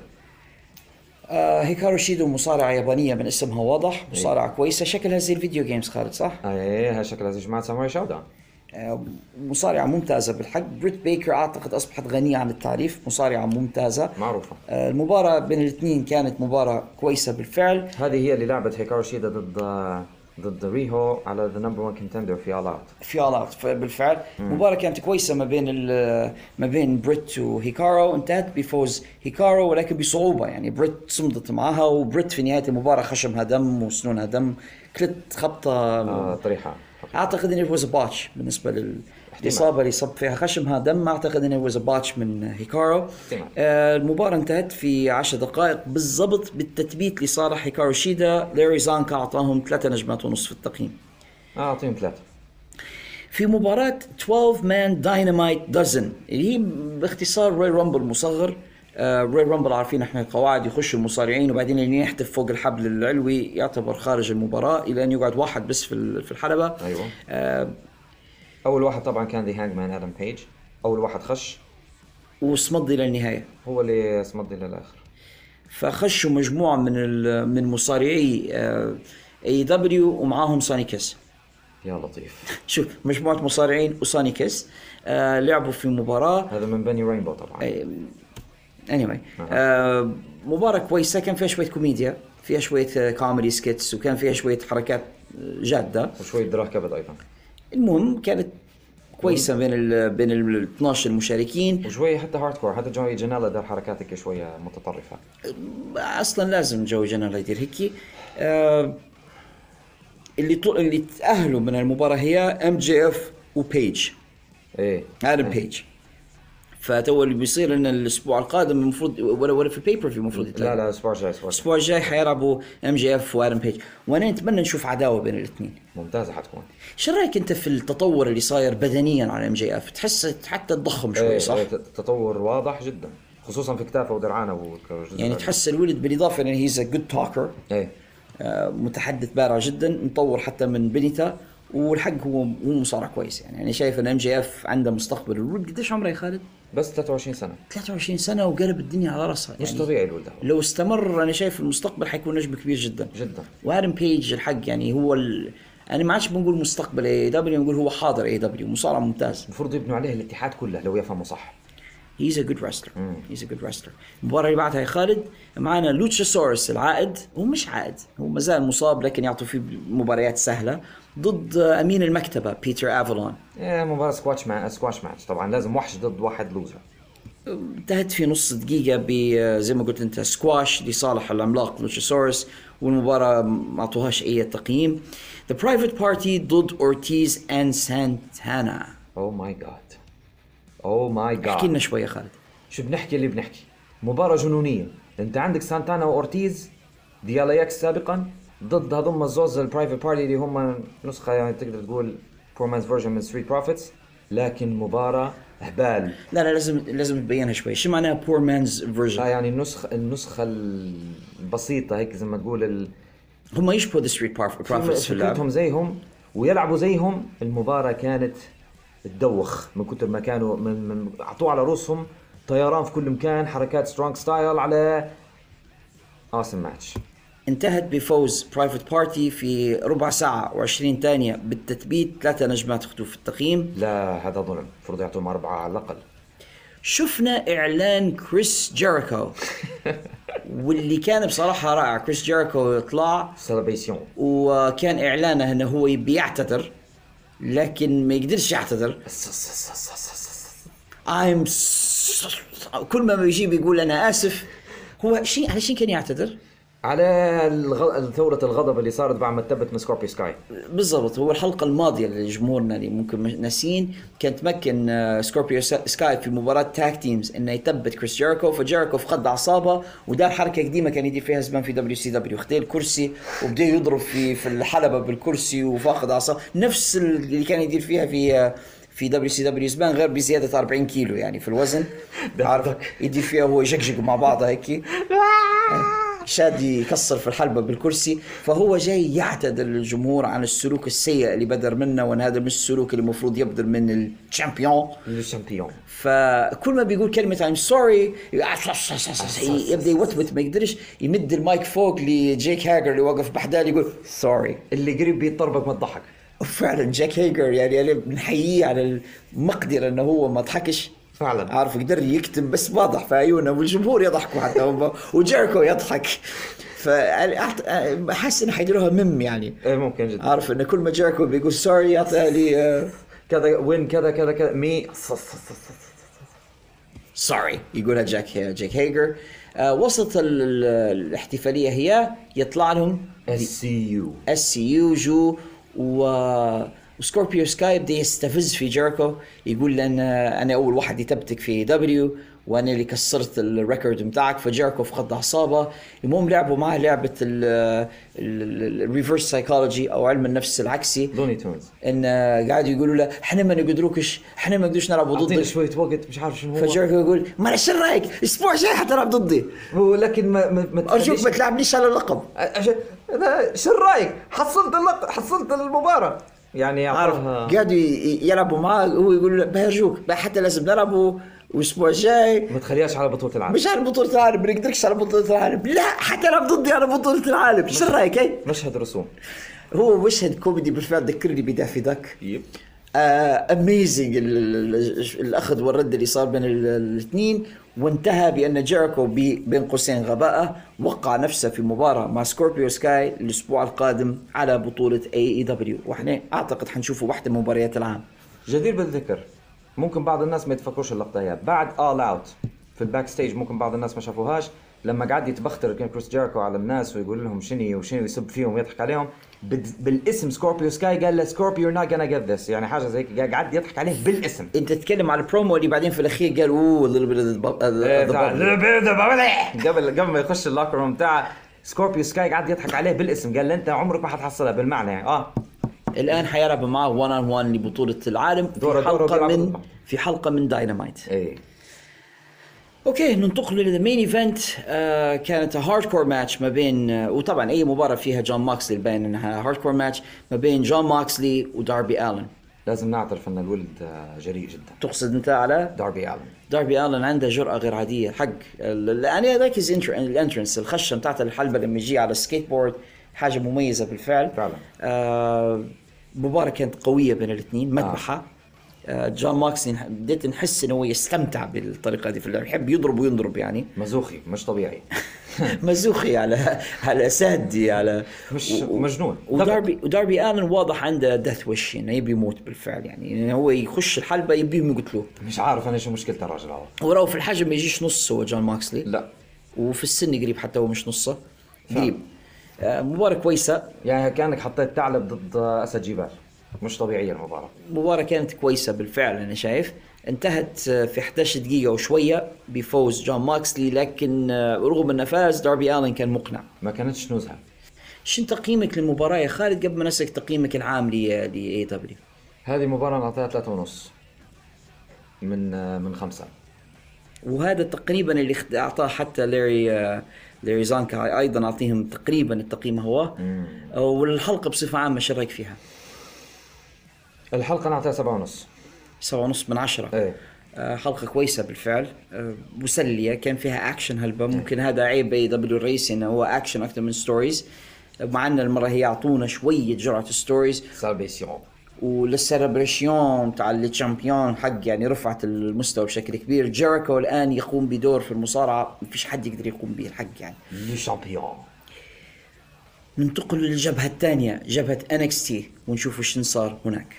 هيكارو شيدا مصارعة يابانية من اسمها واضح، مصارعة كويسة، شكلها زي الفيديو جيمز خالد صح؟ ايه هاي شكلها زي جماعة ساموراي شاوداون. مصارعة ممتازة بالحق. بريت بيكر اعتقد اصبحت غنية عن التعريف، مصارعة ممتازة معروفة. المباراة بين الاثنين كانت مباراة كويسة بالفعل. هذه هي اللي لعبت هيكارو شيدا ضد ريهو على ذا نمبر 1 كونتندر في آل اوت. بالفعل مباراة كانت كويسة ما بين بريت وهيكارو، انتهت بفوز هيكارو ولكن بصعوبة. يعني بريت صمدت معها، وبريت في نهاية المباراة خشمها دم وسنونها دم، كلت خبطة طريحة. اعتقد انه was a botch بالنسبة الإصابة اللي صب فيها خشمها دم. أعتقد إنه was a botch من هيكارو. المباراة انتهت في 10 دقائق بالضبط بالتثبيت لصالح هيكارو شيدا. ليري زانكا أعطاهم 3 نجمات ونصف في التقييم. أعطيهم 3. في مباراة 12 man dynamite dozen اللي هي باختصار روي رامبل مصغر. روي رامبل عارفين احنا القواعد، يخش المصارعين وبعدين اللي يحتف فوق الحبل العلوي يعتبر خارج المباراة إلى أن يقعد واحد بس في الحلبة. أيوة. أول واحد طبعا كان ذي هانج مان آدم بيج، أول واحد خش وصمد إلى النهاية، هو اللي صمد إلى الآخر. فخشوا مجموعة من مصارعي اي دبليو ومعاهم سونيكس. يا لطيف. شوف مجموعة مصارعين وسونيكس لعبوا في مباراة. هذا من بني رينبو طبعا. anyway مباراة كويسة، كان فيها شوية كوميديا، فيها شوية كوميدي سكيتس، وكان فيها شوية حركات جادة وشوية دراع كبد أيضا. المهم كانت كويسة بين ال 12 المشاركين، وشوية حتى هاردكور. حتى جوي جنالا دار حركاتك شوية متطرفة. أصلا لازم جوي جنالا يدير هيك. اللي تأهلوا من المباراة هي MJF وبيج. إيه آدم بيج. فتو اللي بيصير ان الاسبوع القادم المفروض ولا في البيبر في المفروض لا الاسبوع الجاي حيلعبوا MJF وآدم بيج، وانا نتمنى نشوف عداوه بين الاثنين. ممتازه حتكون. شو رايك انت في التطور اللي صاير بدنيا على MJF؟ تحس حتى تضخم شوي صح؟ تطور واضح جدا، خصوصا في كتافه ودرعانه يعني تحس الولد بالاضافه ان هيز ا جود توكر. ايه متحدث بارع جدا، مطور حتى من بنيتا، والحق هو مصارع كويس يعني. انا شايف ان MJF عنده مستقبل. الولد قديش عمره يا خالد؟ بس 23 سنة. 23 سنة وقلب الدنيا على راسها مش يعني. طبيعي الولد. لو استمر انا شايف المستقبل حيكون نجم كبير جدا جدا. وادم بيج الحق يعني هو انا ما عادش بنقول مستقبل AEW، بنقول هو حاضر AEW، مصارع ممتاز. المفروض يبنوا عليه الاتحاد كله لو يفهموا صح. He's a good wrestler. He's a good wrestler. المباراة اللي بعدها يا خالد معنا لوتشاسورس العائد، هو مش عائد، هو مازال مصاب لكن يعطوا فيه مباريات سهلة ضد أمين المكتبة بيتر أفالون. مباراة سكواش ماتش طبعا، لازم وحش ضد واحد لوزر. انتهت في نص دقيقة زي ما قلت انت سكواش لصالح العملاق لوتشاسورس، والمباراة ما اعطوهاش اي تقييم. The Private Party ضد أورتيز and سانتانا. Oh my god. احكي لنا شوية خالد. شو بنحكي اللي بنحكي؟ مباراة جنونية. انت عندك سانتانا وأورتيز دي LAX سابقا ضد هذوم الزوز البرايفت بارتي اللي هم نسخة يعني تقدر تقول poor man's version من ستريت بروفيتس، لكن مباراة هبال. لا لازم تبينها شوي. شو معناها poor man's version؟ يعني النسخة البسيطة هيك زي ما تقول هم يشبهوا the street profits في اللعب، فكرتهم زيهم ويلعبوا زيهم. المباراة كانت تدوخ من كتر ما كانوا من عطوا على رؤوسهم طيران في كل مكان، حركات سترونج ستايل على awesome match. انتهت بفوز برايفت بارتي في ربع ساعة و20 ثانية بالتثبيت، 3 نجمات اخذوا في التقييم. لا هذا ظلم، المفروض يعطوهم 4 على الأقل. شفنا إعلان كريس جيريكو واللي كان بصراحة رائع. كريس جيريكو يطلع سيلبريشن وكان إعلانه أنه هو يبي يعتذر لكن ما يقدرش يعتذر. كل ما بيجي بيقول أنا آسف. هو على شيء كان يعتذر على ثورة الغضب اللي صارت بعد ما تثبت من سكوربيو سكاي. بالضبط. هو الحلقة الماضية لجمهورنا اللي ممكن ناسين كانت تمكن سكوربيو سكاي في مباراة تاك تيمز انه يثبت كريس جيريكو، فجيريكو فقد اعصابه ودار حركة قديمة كان يدير فيها زمان في WCW، خذ الكرسي وبدأ يضرب في الحلبة بالكرسي وفاقد اعصابه، نفس اللي كان يدير فيها في WCW زمان، غير بزيادة 40 كيلو يعني في الوزن. عارف يدير فيها هو يجقجق مع بعضها هيك، شاد يكسر في الحلبة بالكرسي. فهو جاي يعتذر للجمهور عن السلوك السيء اللي بدر منه، وان هذا مش السلوك اللي المفروض يبدر من الشامبيون. فكل ما بيقول كلمة I'm sorry يبدأ يوتوت، ما يقدرش يمد المايك فوق لجيك هاجر اللي واقف بحدال يقول sorry، اللي قريب بيتطربق من الضحك. وفعلا جاك هاجر يعني بنحييه على المقدرة انه هو ما ضحكش فعلا، عارف يقدر يكتم بس واضح في عيونه والجمهور يضحكوا حتى هم وجيريكو يضحك. فأحس إنه حيديروها مم يعني. ممكن جدا. عارف إنه كل ما جيريكو بيقول سوري يعطي لي كذا وين كذا مي سوري يقولها جاك هاجر. وسط الاحتفالية هي يطلع لهم SCU جو وسكوربيو سكاي بده يستفز في جيريكو، يقول لأن أنا أول واحد يثبتك في دبليو وأنا اللي كسرت الريكورد متاعك. فجيريكو فقد أعصابه. المهم لعبوا معه لعبة الريفرس سايكولوجي أو علم النفس العكسي، لوني تونز، إن قاعد يقولوا له إحنا ما نقدروكش، إحنا ما نقدروش نلعب ضدك، أعطيني شوية وقت مش عارف شنو هو. فجيريكو يقول ما أنا شو رأيك الأسبوع جاي حتلعب ضدي، ولكن ما أرجوك ما تلعبنيش على اللقب. شو رأيك حصلت المباراة يعني عارف. قاعدوا يلعبوا معاه هو يقول له بهرجوك حتى لازم نلعبوا والاسبوع الجاي ما تخليهاش على بطولة العالم. مش على بطولة العالم، ما نقدرش على بطولة العالم، لا حتى لعب ضدي على بطولة العالم. شو رايك هي؟ مشهد رسوم، هو مشهد كوميدي بالفعل، ذكرني بدافي داك. اميزنج الاخذ والرد اللي صار بين الاثنين، وانتهى بان جيريكو بين قوسين غباءه وقع نفسه في مباراه مع سكوربيو سكاي الاسبوع القادم على بطوله AEW، واحنا اعتقد حنشوفه واحده من مباريات العام. جدير بالذكر ممكن بعض الناس ما يتفكروش اللقطه هي بعد all out في الباك ستيج، ممكن بعض الناس ما شافوهاش، لما قاعد يتبختر كان كريس جيريكو على الناس ويقول لهم شنو يسب فيهم ويضحك عليهم بالاسم سكوربيو سكاي، قال له سكوربيو not gonna get this، يعني حاجه زي هيك قاعد يضحك عليه بالاسم. انت تتكلم على البرومو اللي بعدين في الاخير قال قبل ما يخش اللوكر روم بتاع سكوربيو سكاي قاعد يضحك عليه بالاسم، قال له انت عمرك ما حتحصلها بالمعنى يعني. الان حيلعب معه 1-on-1 لبطوله العالم في حلقه من داينامايت. اوكي ننتقل للمين ايفنت. كانت هاردكور ماتش ما بين وطبعا اي مباراه فيها جون ماكسلي باين انها هاردكور ماتش ما بين جون ماكسلي وداربي آلن. لازم نعترف ان الولد جريء جدا. تقصد انت على داربي آلن؟ داربي آلن عنده جرأة غير عادية حق يعني هذاك الانترنس الخشة بتاعت الحلبة لما يجي على السكيت بورد حاجة مميزة بالفعل فعلا. مباراة كانت قوية بين الاثنين مذبحة. جون ماكسلي بديت نحس انه هو يستمتع بالطريقه دي في اللعب يحب يضرب وينضرب يعني مزوخي مش طبيعي مزوخي على سادي على مش مجنون. وداربي آلن واضح عنده ديث ويش انه يبي يموت بالفعل يعني هو يخش الحلبة يبيهم يقتلوه. مش عارف انا شو مشكلة الراجل هذا. وراه في الحجم ما يجيش نص هو جون ماكسلي لا وفي السن قريب حتى هو مش نصه قريب. مباراة كويسة يعني كأنك حطيت ثعلب ضد أسد جبال. مش طبيعية المباراة. مباراة كانت كويسة بالفعل أنا شايف. انتهت في 11 دقيقة وشوية بفوز جون ماكسلي لكن رغم أن فاز داربي آلن كان مقنع. ما كانتش نزهة. شن تقييمك للمباراة يا خالد قبل ما نسلك تقييمك العام ل AEW؟ هذه مباراة نعطيها 3.5 من 5. وهذا تقريبا اللي أعطاه حتى لاري زانكا أيضا أعطيهم تقريبا التقييم هو. والحلقة بصفة عامة شو رأيك فيها؟ الحلقة نعطيها 7.5 من 10. ايه. حلقة كويسة بالفعل. مسلية كان فيها أكشن هلبة. ممكن هذا عيب AEW الرئيسي إنه هو أكشن أكثر من ستوريز مع أن المرة هي يعطونا شوية جرعة ستوريز سالبيسيون وللسيلبريشيون تاع الشامبيون حق يعني رفعت المستوى بشكل كبير. جيريكو الآن يقوم بدور في المصارعة ما فيش حد يقدر يقوم به الحق يعني الشامبيون. ننتقل للجبهة الثانية جبهة NXT ونشوف وش صار هناك.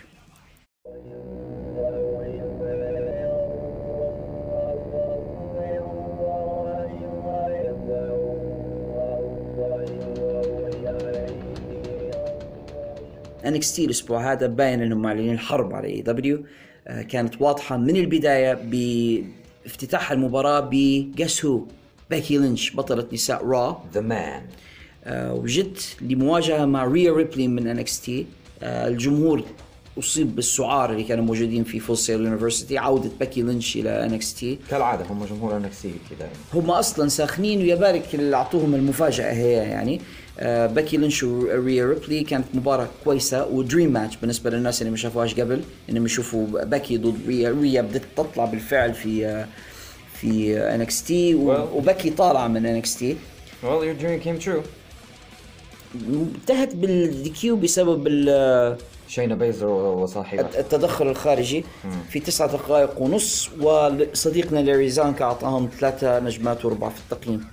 NXT الأسبوع هذا باين أنهم معلنين الحرب على AEW. كانت واضحة من البداية بافتتاح المباراة بجس هو بيكي لينش بطلة نساء را The Man. وجدت لمواجهة مع ريا ريبلي من NXT. الجمهور أصيب بالسعار اللي كانوا موجودين في فول سيل يونيفرسيتي. عودة بيكي لينش إلى NXT كالعادة هم جمهور NXT كده هم أصلا ساخنين ويبارك اللي أعطوهم المفاجأة هي يعني بيكي لينش وريا ريبلي. كانت مباراة كويسة ودريم ماتش بالنسبة للناس اللي ما شافوهاش قبل إنهم يشوفوا بيكي ضد ريا بدت تطلع بالفعل في NXT وبيكي طالعة من NXT. Well, your dream came true. انتهت بالديكيو بسبب شينا بيزر وصاحبه التدخل الخارجي في 9 دقائق ونص. وصديقنا لاري زانكا أعطاهم 3 نجمات و4 في التقييم.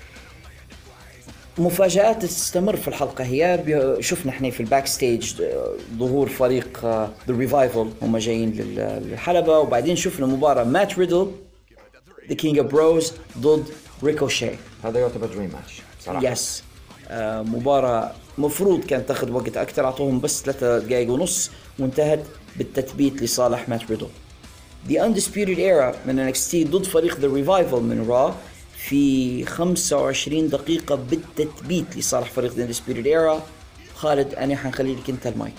مفاجآت تستمر في الحلقة هي شفنا احنا في الباك ستيج ظهور فريق The Revival هم جايين للحلبة. وبعدين شفنا مباراة مات ريدل The King of Bros ضد ريكوشي. هذا يعتبر دريم ماتش صراحة. يس. مباراة مفروض كانت تاخذ وقت أكثر. أعطوهم بس 3 دقائق ونص وانتهت بالتثبيت لصالح مات ريدل. The Undisputed Era من NXT ضد فريق The Revival من را في 25 دقيقة بالتثبيت لصالح فريق The Undisputed Era. خالد أنا حنخلي لك أنت المايك.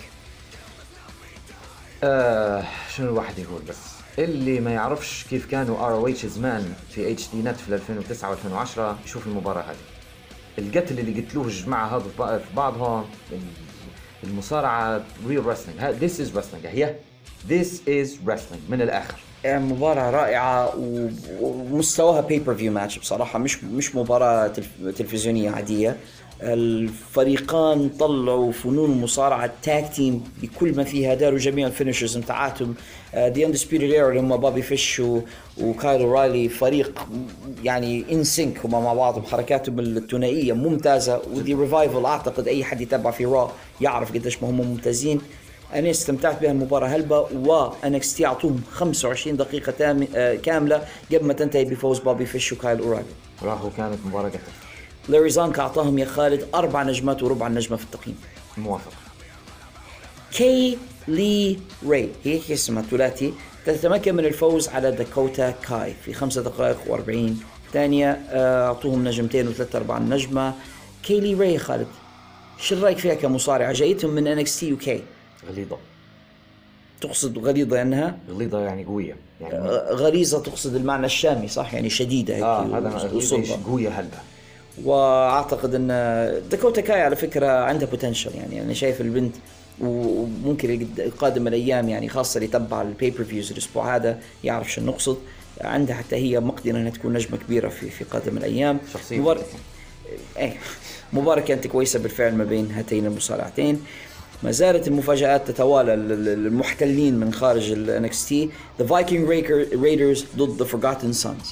شنو الواحد يقول بس اللي ما يعرفش كيف كانوا ROH زمان في HD نت في 2009 و2010 يشوف المباراة هذه. القتل اللي قتلوه الجماعة هذا في بعضهم المصارعة real wrestling. This is wrestling هي this is wrestling من الآخر. مباراة رائعة ومستواها pay per view match بصراحة مش مباراة تلفزيونية عادية. الفريقان طلعوا فنون المصارعة تاج تيم بكل ما فيها. داروا جميع الفينيشرز متاعاتهم. The Undisputed Era اللي هم بابي فيش وكايل رايلي فريق يعني in sync هم مع بعض بحركاتهم الثنائية ممتازة. وذي ريفايفل أعتقد أي حد يتابع في را يعرف قديش ما هم ممتازين. أنا استمتعت بها المباراة هلبة. وNXT أعطوهم 25 دقيقة كاملة قبل ما تنتهي بفوز بابي فيش وكايل أورايلي. راهو كانت مباراة قتل. لاري زانكا أعطاهم يا خالد 4 نجمات وربع النجمة في التقييم. موافق. كي لي راي هيك اسمها ثلاثي تتمكن من الفوز على داكوتا كاي في 5 دقائق و40 ثانية. أعطوهم 2 نجمتين و3/4 النجمة. كي لي راي خالد شو رأيك فيها كمصارعة؟ جايتهم من NXT UK. غليظة تقصد غليظة أنها غليظة يعني قوية يعني غليظة تقصد المعنى الشامي صح يعني شديدة هيك هذا قوية هلبة. واعتقد ان داكوتا كاي على فكرة عندها بوتنشل يعني انا شايف البنت وممكن قادم الايام يعني خاصة اللي يتبع البيبر فيوز الاسبوع هذا يعرف شو نقصد عندها حتى هي مقدرة انها تكون نجمة كبيرة في قادم الايام. مباراة كانت كويسة بالفعل ما بين هاتين المصارعتين. ما زالت المفاجآت تتوالى المحتلين من خارج ال NXT. The Viking Raiders ضد The Forgotten Sons.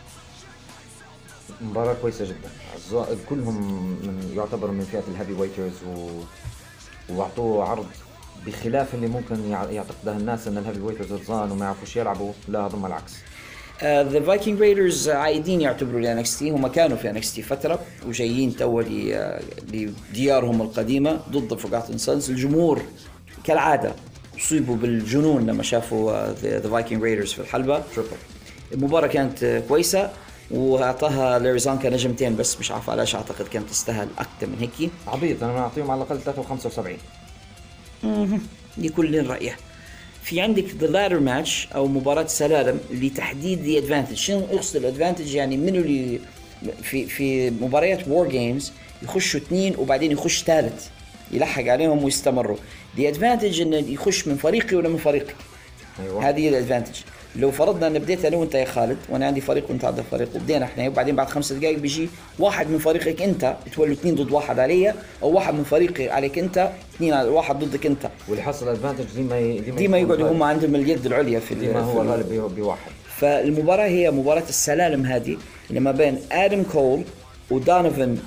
مباراة كويسة جدا. كلهم يعتبروا من فئة الهيفي ويترز وأعطوه عرض بخلاف اللي ممكن يعتقدها الناس أن الهيفي ويترز رزان وما يعرفوش يلعبوا. لا هذا العكس. The Viking Raiders عايدين يعتبروا ل NXT. هم كانوا في NXT فترة وجايين توا لديارهم القديمة ضد Forgotten Sons. الجمهور كالعادة أصيبوا بالجنون لما شافوا The Viking Raiders في الحلبة. المباراة كانت كويسة وأعطاها ليريزانكا نجمتين بس مش عارف علاش أعتقد كانت تستاهل أكثر من هيك. عبيط أنا أعطيهم على الأقل 3.75. لكل رأيه. في عندك The Ladder Match أو مباراة سلالم لتحديد the advantage. شنو أقصد الادفانتج يعني منو اللي في مباريات War Games يخشوا 2 وبعدين يخش ثالث يلحق عليهم ويستمروا. the advantage إنه يخش من فريقي ولا من فريقك. أيوة. هذه الادفانتج. لو فرضنا أن بديت أنا وأنت يا خالد وأنا عندي فريق وأنت عندك فريق وبدينا إحنا وبعدين بعد 5 دقائق بيجي واحد من فريقك أنت تولوا 2 ضد 1 علي أو واحد من فريقي عليك أنت 1 ضدك أنت. واللي حصل الادفانتج ديما يقعدوا هم عندهم اليد العليا في ديما هو غالب بواحد. فالمباراة هي مباراة السلالم هذه اللي ما بين آدم كول ودونوفن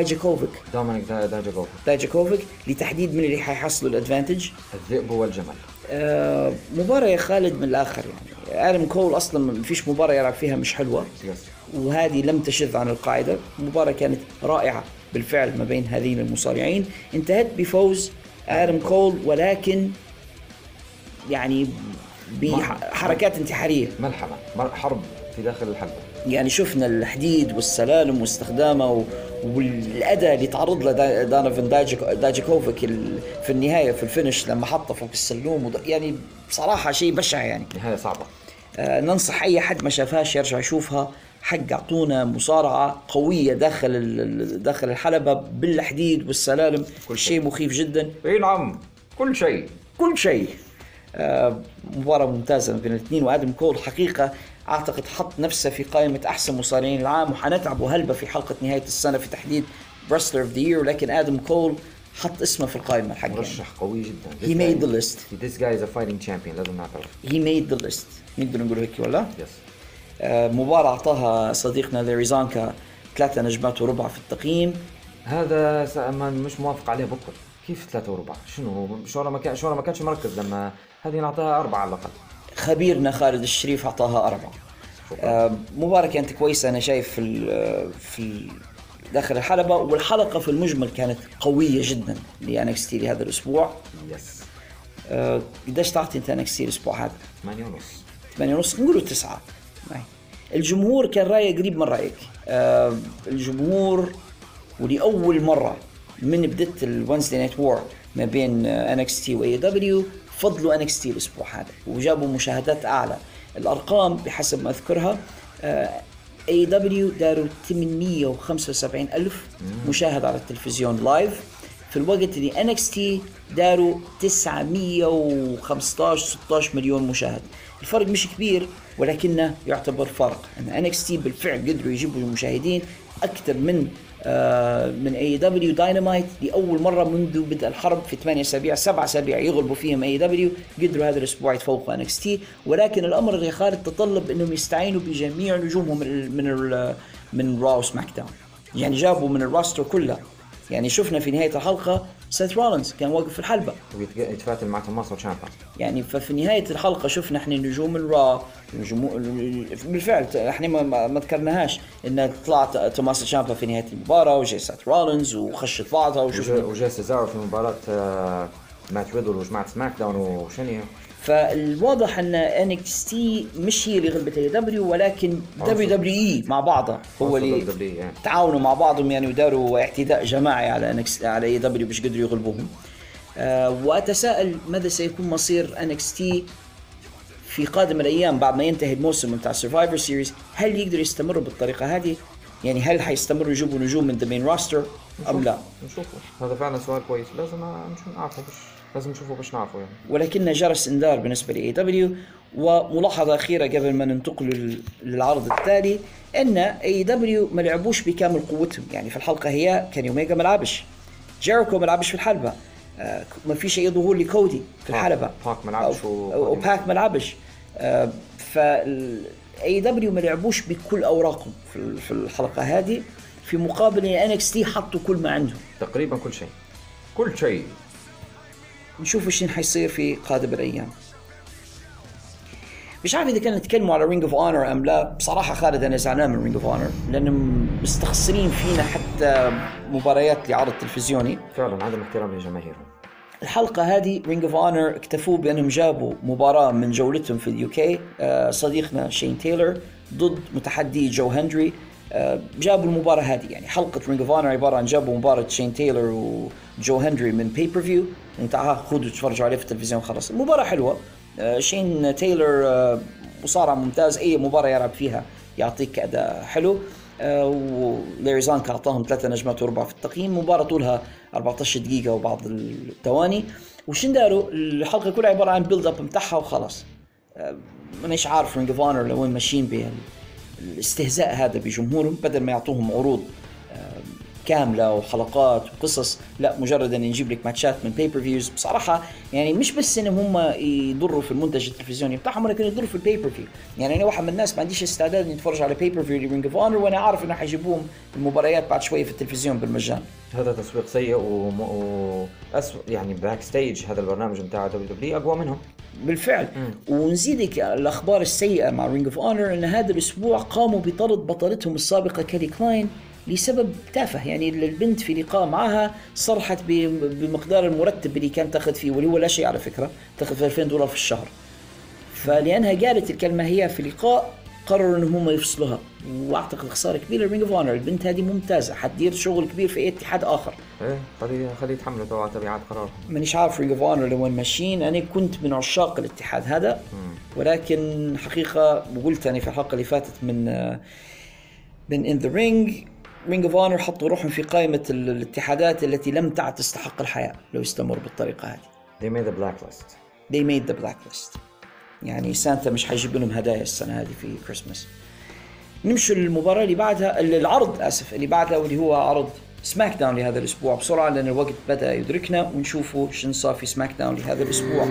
دايجاكوفيك لتحديد من اللي حيحصلوا الادفانتج. الذئب والجمل. مباراة يا خالد من الآخر يعني آدم كول أصلا ما فيش مباراة يلعب فيها مش حلوة وهذه لم تشذ عن القاعدة. مباراة كانت رائعة بالفعل ما بين هذين المصارعين انتهت بفوز آدم كول ولكن يعني بحركات انتحارية ملحمة حرب في داخل الحلبة. يعني شفنا الحديد والسلالم واستخدامه والأداء اللي تعرض له دونوفن دايجاكوفيك في النهاية في الفينش لما حطه فوق السلوم يعني بصراحة شيء بشع يعني نهاية صعبة. ننصح أي حد ما شافهاش يرجع يشوفها. حق أعطونا مصارعة قوية داخل الحلبة بالحديد والسلالم. كل شيء مخيف جدا. نعم كل شيء. مباراة ممتازة بين الاثنين وآدم كول حقيقة أعتقد حط نفسه في قائمة أحسن مصارعين العام وحنتعبوا هلبة في حلقة نهاية السنة في تحديد Wrestler of the Year ولكن آدم كول حط اسمه في القائمة الحقيقة. مرشح قوي جدا. He made the list. This guy is a fighting champion لازم نعترف. He made the list. نقدر نقول هيك ولا؟ Yes. مباراة أعطاها صديقنا ليريزانكا 3 نجمات وربع في التقييم. هذا مش موافق عليه بكر. كيف 3 وربع؟ شو ما كانش مركز لما هذه نعطيها 4 على الأقل. خبيرنا خالد الشريف أعطاها 4. مباراة كانت كويسة أنا شايف في داخل الحلبة والحلقة في المجمل كانت قوية جدا لNXT لهذا الأسبوع. يس. قديش تعطي أنت NXT الأسبوع هذا؟ 8.5 نقوله 9. الجمهور كان رأيه قريب من رأيك. الجمهور ولأول مرة من بدت الوينزداي نايت وور ما بين NXT و AEW فضلوا NXT الأسبوع هذا وجابوا مشاهدات أعلى. الأرقام بحسب ما أذكرها AEW داروا 875 ألف مشاهد على التلفزيون لايف في الوقت اللي NXT داروا 915-16 مليون مشاهد. الفرق مش كبير ولكنه يعتبر فرق أن NXT بالفعل قدروا يجيبوا المشاهدين أكثر من AEW داينامايت لأول مرة منذ بدء الحرب في 7 أسابيع يغلبوا فيهم AEW. قدروا هذا الأسبوع يتفوقوا NXT ولكن الأمر يا خالد تطلب أنهم يستعينوا بجميع نجومهم من راو سماك داون. يعني جابوا من الراستر كله. يعني شفنا في نهاية الحلقة سيث رولينز كان واقف في الحلبة يتفاتل مع توماسو تشامبا. يعني ففي نهاية الحلقة شفنا احنا نجوم الرا بالفعل احنا ما ذكرناهاش ان طلعت توماسو تشامبا في نهاية المباراة وجاء سيث رولينز وخشت بعضها وجاء سيزارو في مباراة مات ريدل وجماعة سماك داون وشنيا. فالواضح ان NXT مش هي اللي غلبت AEW ولكن WWE مع بعضها هو اللي تعاونوا مع بعضهم يعني وداروا اعتداء جماعي على AEW باش قدروا يغلبوهم. وأتساءل ماذا سيكون مصير NXT في قادم الأيام بعد ما ينتهي الموسم متاع Survivor Series. هل يقدر يستمر بالطريقة هذه؟ يعني هل حيستمروا يجيبوا نجوم من the main roster أم لا؟ نشوفه، هذا فعلا سؤال كويس، لازم نعرفه، لازم نشوفه باش نعرفه يعني. ولكن جرس انذار بالنسبة ل AEW. وملاحظة أخيرة قبل ما ننتقل للعرض التالي، إن AEW ما لعبوش بكامل قوتهم. يعني في الحلقة هي كان أوميجا ما لعبش، جيريكو ما لعبش في الحلبة، ما فيش أي ظهور لكودي في الحلبة، باك ما لعبش وباك ما لعبش. AEW ما لعبوش بكل أوراقهم في الحلقة هذه، في مقابل NXT حطوا كل ما عندهم، تقريبا كل شيء. نشوف ايش حيصير في قادم الأيام. مش عارف إذا كانوا يتكلموا على Ring of Honor أم لا. بصراحة خالد أنا زعلان من Ring of Honor لأنهم مستخسرين فينا حتى مباريات لعرض تلفزيوني. فعلا عدم احترام لجماهيرهم. الحلقة هذه Ring of Honor اكتفوا بأنهم جابوا مباراة من جولتهم في اليوكي، صديقنا شين تايلر ضد متحدي جو هندري. جابوا المباراة هذه، يعني حلقة Ring of Honor عبارة عن جابوا مباراة شين تايلر وجو هندري من باي بير فيو، تعالوا خذوا تفرجوا عليه في التلفزيون خلاص. المباراة حلوة، شين تايلر مصارع ممتاز، أي مباراة يلعب فيها يعطيك أداء حلو. ولاري زانك أعطاهم 3 نجمات وربع في التقييم. مباراة طولها 14 دقيقة وبعض الثواني. وشين داروا الحلقة كلها عبارة عن بيلد أب متاعها وخلاص. مانيش عارف Ring of Honor لوين ماشيين به الاستهزاء هذا بجمهورهم، بدل ما يعطوهم عروض كاملة وحلقات وقصص، لا مجرد أن نجيب لك ماتشات من باي بير فيوز. بصراحة يعني مش بس إن هم يضروا في المنتج التلفزيوني بتاعهم، ولكن يضروا في الباي بير فيو. يعني أنا واحد من الناس ما عنديش استعداد إني أتفرج على باي بير فيو لرينج اوف اونر وأنا عارف إنه حيجيبوهم المباريات بعد شوية في التلفزيون بالمجان. هذا تسويق سيء وأسوأ. يعني باك ستيج هذا البرنامج متاع WWE أقوى منهم بالفعل. ونزيدك الأخبار السيئة مع رينج اوف اونر إن هذا الأسبوع قاموا بطرد بطلتهم السابقة كالي كلاين لسبب تافه. يعني البنت في لقاء معها صرحت بمقدار المرتب اللي كان تاخذ فيه، واللي هو لا شيء على فكرة، تاخذ $2000 في الشهر. فلأنها قالت الكلمة هي في لقاء قرروا إنهم هم يفصلوها، وأعتقد خسارة كبيرة لرينج اوف اونر. البنت هذه ممتازة، حتدير شغل كبير في أي اتحاد آخر. خلي يتحملوا تبعات قرار. مانيش عارف رينج اوف اونر لوين ماشيين. أنا كنت من عشاق الاتحاد هذا، ولكن حقيقة وقلت أنا في الحلقة اللي فاتت من In the Ring Ring of Honor حطوا روحهم في قائمة الاتحادات التي لم تعد تستحق الحياة لو استمر بالطريقة هذه. They made the blacklist. They made the blacklist. يعني سانتا مش حيجيب لهم هدايا السنة هذه في كريسماس. نمشوا للمباراة اللي بعدها، العرض اللي بعدها، واللي هو عرض سماك داون لهذا الأسبوع بسرعة لأن الوقت بدأ يدركنا، ونشوفوا شنو صار في سماك داون لهذا الأسبوع.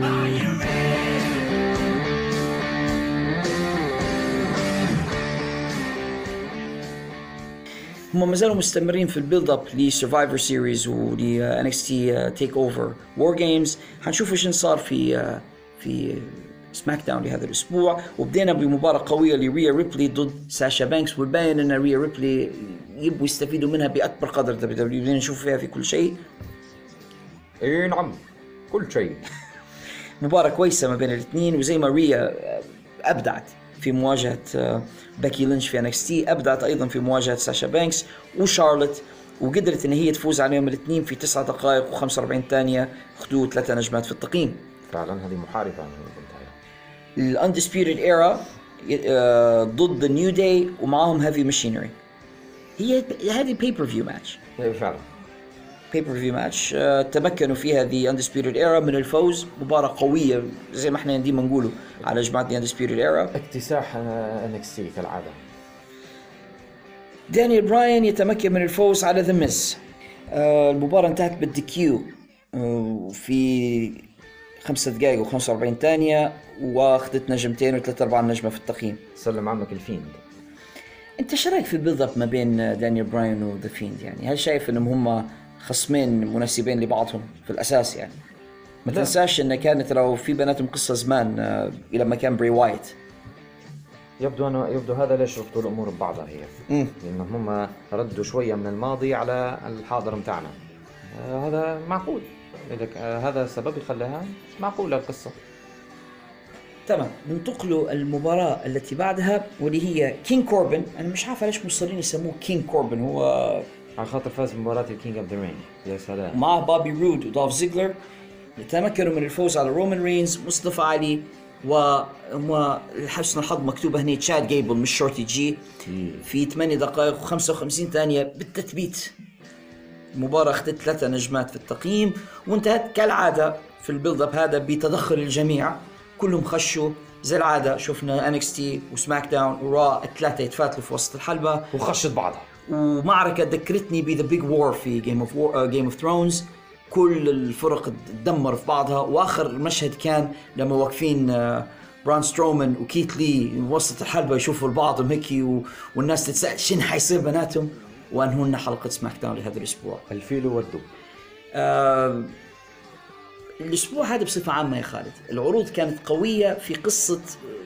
هم ما زالوا مستمرين في البيلد اب لسرفايفر سيريز ول NXT تيك اوفر وور جيمز. حنشوف ايش صار في سماك داون لهذا الاسبوع. وبدينا بمباراه قويه لريا ريبلي ضد ساشا بانكس، والباين ان ريا ريبلي يبوا يستفيدوا منها باكبر قدر. بدنا نشوف فيها في كل شيء. اي نعم كل شيء. مباراه كويسه ما بين الاثنين، وزي ما ريا ابدعت في مواجهة باكي لينش في NXT، أبدعت أيضا في مواجهة ساشا بانكس وشارلوت، وقدرت إن هي تفوز عليهم الاثنين في 9 دقائق و45 ثانية، خدوا 3 نجمات في التقييم. فعلا هذه محاربة عن البنت. الأندسبيوتد إيرا ضد النيو داي ومعهم هيفي ماشينري. هي هذه بيبر فيو ماتش. فعلا بيبر فيو ماتش تمكنوا فيها The Undisputed Era من الفوز. مباراة قوية زي ما احنا ديما نقوله على جماعة The Undisputed Era. اكتساح NXT كالعادة. دانيال براين يتمكن من الفوز على The Miz. المباراة انتهت بالديكيو في 5 دقائق و45 ثانية، واخذت نجمتين و3/4 نجمة في التقييم. سلم عمك الفيند. انت شو رايك في البيلد اب ما بين دانيال براين وذا فيند؟ يعني هل شايف انهم هم خصمين مناسبين لبعضهم في الاساس؟ يعني ما تنساش ان كانت لو في بيناتهم قصه زمان الى ما كان بري وايت. يبدو هذا ليش ربطوا الامور ببعضها هي. لانهم هم ردوا شويه من الماضي على الحاضر متاعنا. هذا معقول. اذا هذا السبب يخليها معقوله القصه. تمام. ننتقلوا المباراة التي بعدها واللي هي كينج كوربن. أنا مش عارف ليش مصرين يسموه كينج كوربن، هو على خاطر فاز بمباراة الكينج اوف ذا رينج. يا سلام. مع بوبي رود ودولف زيجلر تمكنوا من الفوز على رومان رينز، مصطفى علي، ولحسن الحظ مكتوبة هنا تشاد جيبل مش شورتي جي في 8 دقائق و55 ثانية بالتثبيت. المباراة اخذت 3 نجمات في التقييم، وانتهت كالعادة في البيلد اب هذا بتدخل الجميع، كلهم خشوا زي العادة. شفنا NXT وسماك داون ورا الثلاثة يتفاتلوا في وسط الحلبة وخشت بعضها، ومعركة ذكرتني بذا بيج وور في جيم اوف ثرونز. كل الفرق تدمر في بعضها، واخر مشهد كان لما واقفين بران سترومان وكيت لي وسط الحلبة يشوفوا البعض ميكي والناس تتساءل شن حيصير بيناتهم، وانهونا حلقة سماك داون لهذا الاسبوع. الفيل والدب. الاسبوع هذا بصفة عامة يا خالد العروض كانت قوية في قصة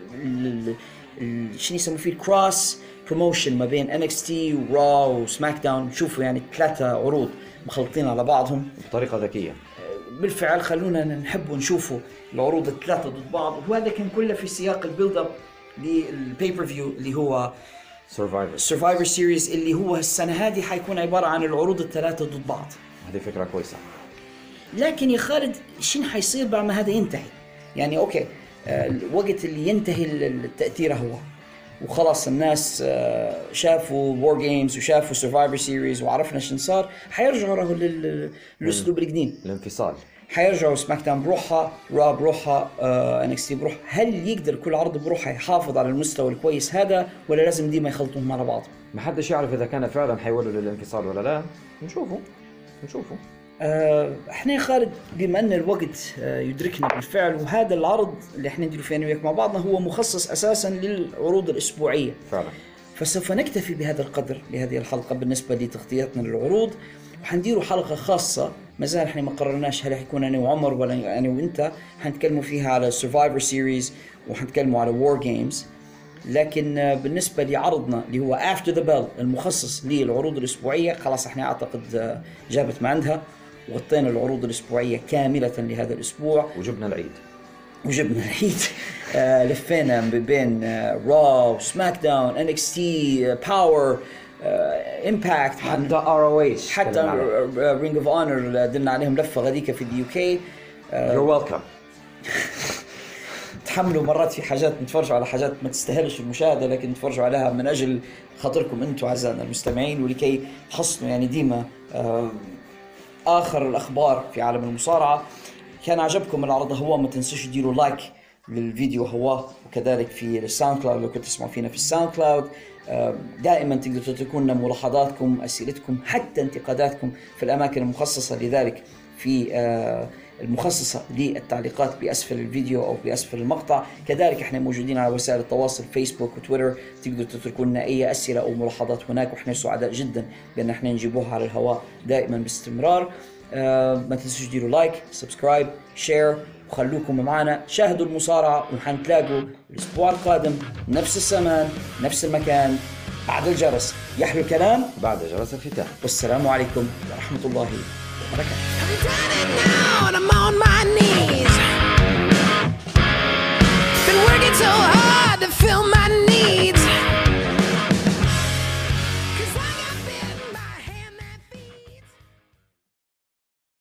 شنو يسموه فيه الكروس بروموشن ما بين NXT وراو وسماك داون. شوفوا يعني 3 عروض مخلطين على بعضهم بطريقة ذكية. بالفعل خلونا نحب ونشوفوا العروض ال3 ضد بعض، وهذا كان كله في سياق البيلد اب للبيبر فيو اللي هو Survivor Series، اللي هو السنة هذه حيكون عبارة عن العروض ال3 ضد بعض. هذه فكرة كويسة. لكن يا خالد شنو حيصير بعد ما هذا ينتهي؟ يعني اوكي الوقت اللي ينتهي التأثير هو وخلاص الناس شافوا وور جيمز وشافوا سرفايفر سيريز وعرفنا شن صار، حيرجعوا للاسلوب القديم، الانفصال. حيرجعوا سماك داون بروحها، را بروحها، NXT بروحها. هل يقدر كل عرض بروحها يحافظ على المستوى الكويس هذا، ولا لازم ديما يخلطوهم على بعض؟ ما حدش يعرف اذا كان فعلا حيولوا للانفصال ولا لا. نشوفوا احنا يا خالد بما ان الوقت يدركنا بالفعل، وهذا العرض اللي احنا نديره فيه انا وياك مع بعضنا هو مخصص اساسا للعروض الاسبوعيه فعلا، فسوف نكتفي بهذا القدر لهذه الحلقه بالنسبه لتغطيتنا للعروض، وحنديروا حلقه خاصه ما زال احنا ما قررناش هل حيكون انا وعمر ولا انا وانت، حنتكلموا فيها على سرفايفر سيريز وحنتكلموا على وور جيمز. لكن بالنسبة لعرضنا اللي هو After the Bell المخصص للعروض الأسبوعية خلاص احنا أعتقد جابت ما عندها، وغطينا العروض الأسبوعية كاملة لهذا الأسبوع وجبنا العيد لفينا بين راو سماك داون NXT باور امباكت حتى ROH حتى رينج اوف اونر دلنا عليهم لفة غديكة في اليو كي. You're welcome. تحملوا مرات في حاجات نتفرجوا على حاجات ما تستاهلش المشاهدة، لكن نتفرجوا عليها من أجل خاطركم أنتم أعزائنا المستمعين، ولكي تحصلوا يعني ديما آخر الأخبار في عالم المصارعة. كان عجبكم العرض هو ما تنسوش تديروا لايك للفيديو هو، وكذلك في الساوند كلاود لو كنتوا تسمعوا فينا في الساوند كلاود. دائما تقدروا تتركوا لنا ملاحظاتكم، أسئلتكم، حتى انتقاداتكم في الأماكن المخصصة لذلك، في المخصصة للتعليقات بأسفل الفيديو أو بأسفل المقطع. كذلك احنا موجودين على وسائل التواصل فيسبوك وتويتر، تقدروا تتركوا لنا أي أسئلة أو ملاحظات هناك، وإحنا سعداء جدا بأن احنا نجيبوها على الهواء دائما باستمرار. ما تنسوش ديروا لايك، سبسكرايب، شير، وخلوكم معنا. شاهدوا المصارعة، وحنتلاقوا الأسبوع القادم نفس الزمان نفس المكان بعد الجرس. يحلو الكلام بعد جرس الختام. والسلام عليكم ورحمة الله وبركاته.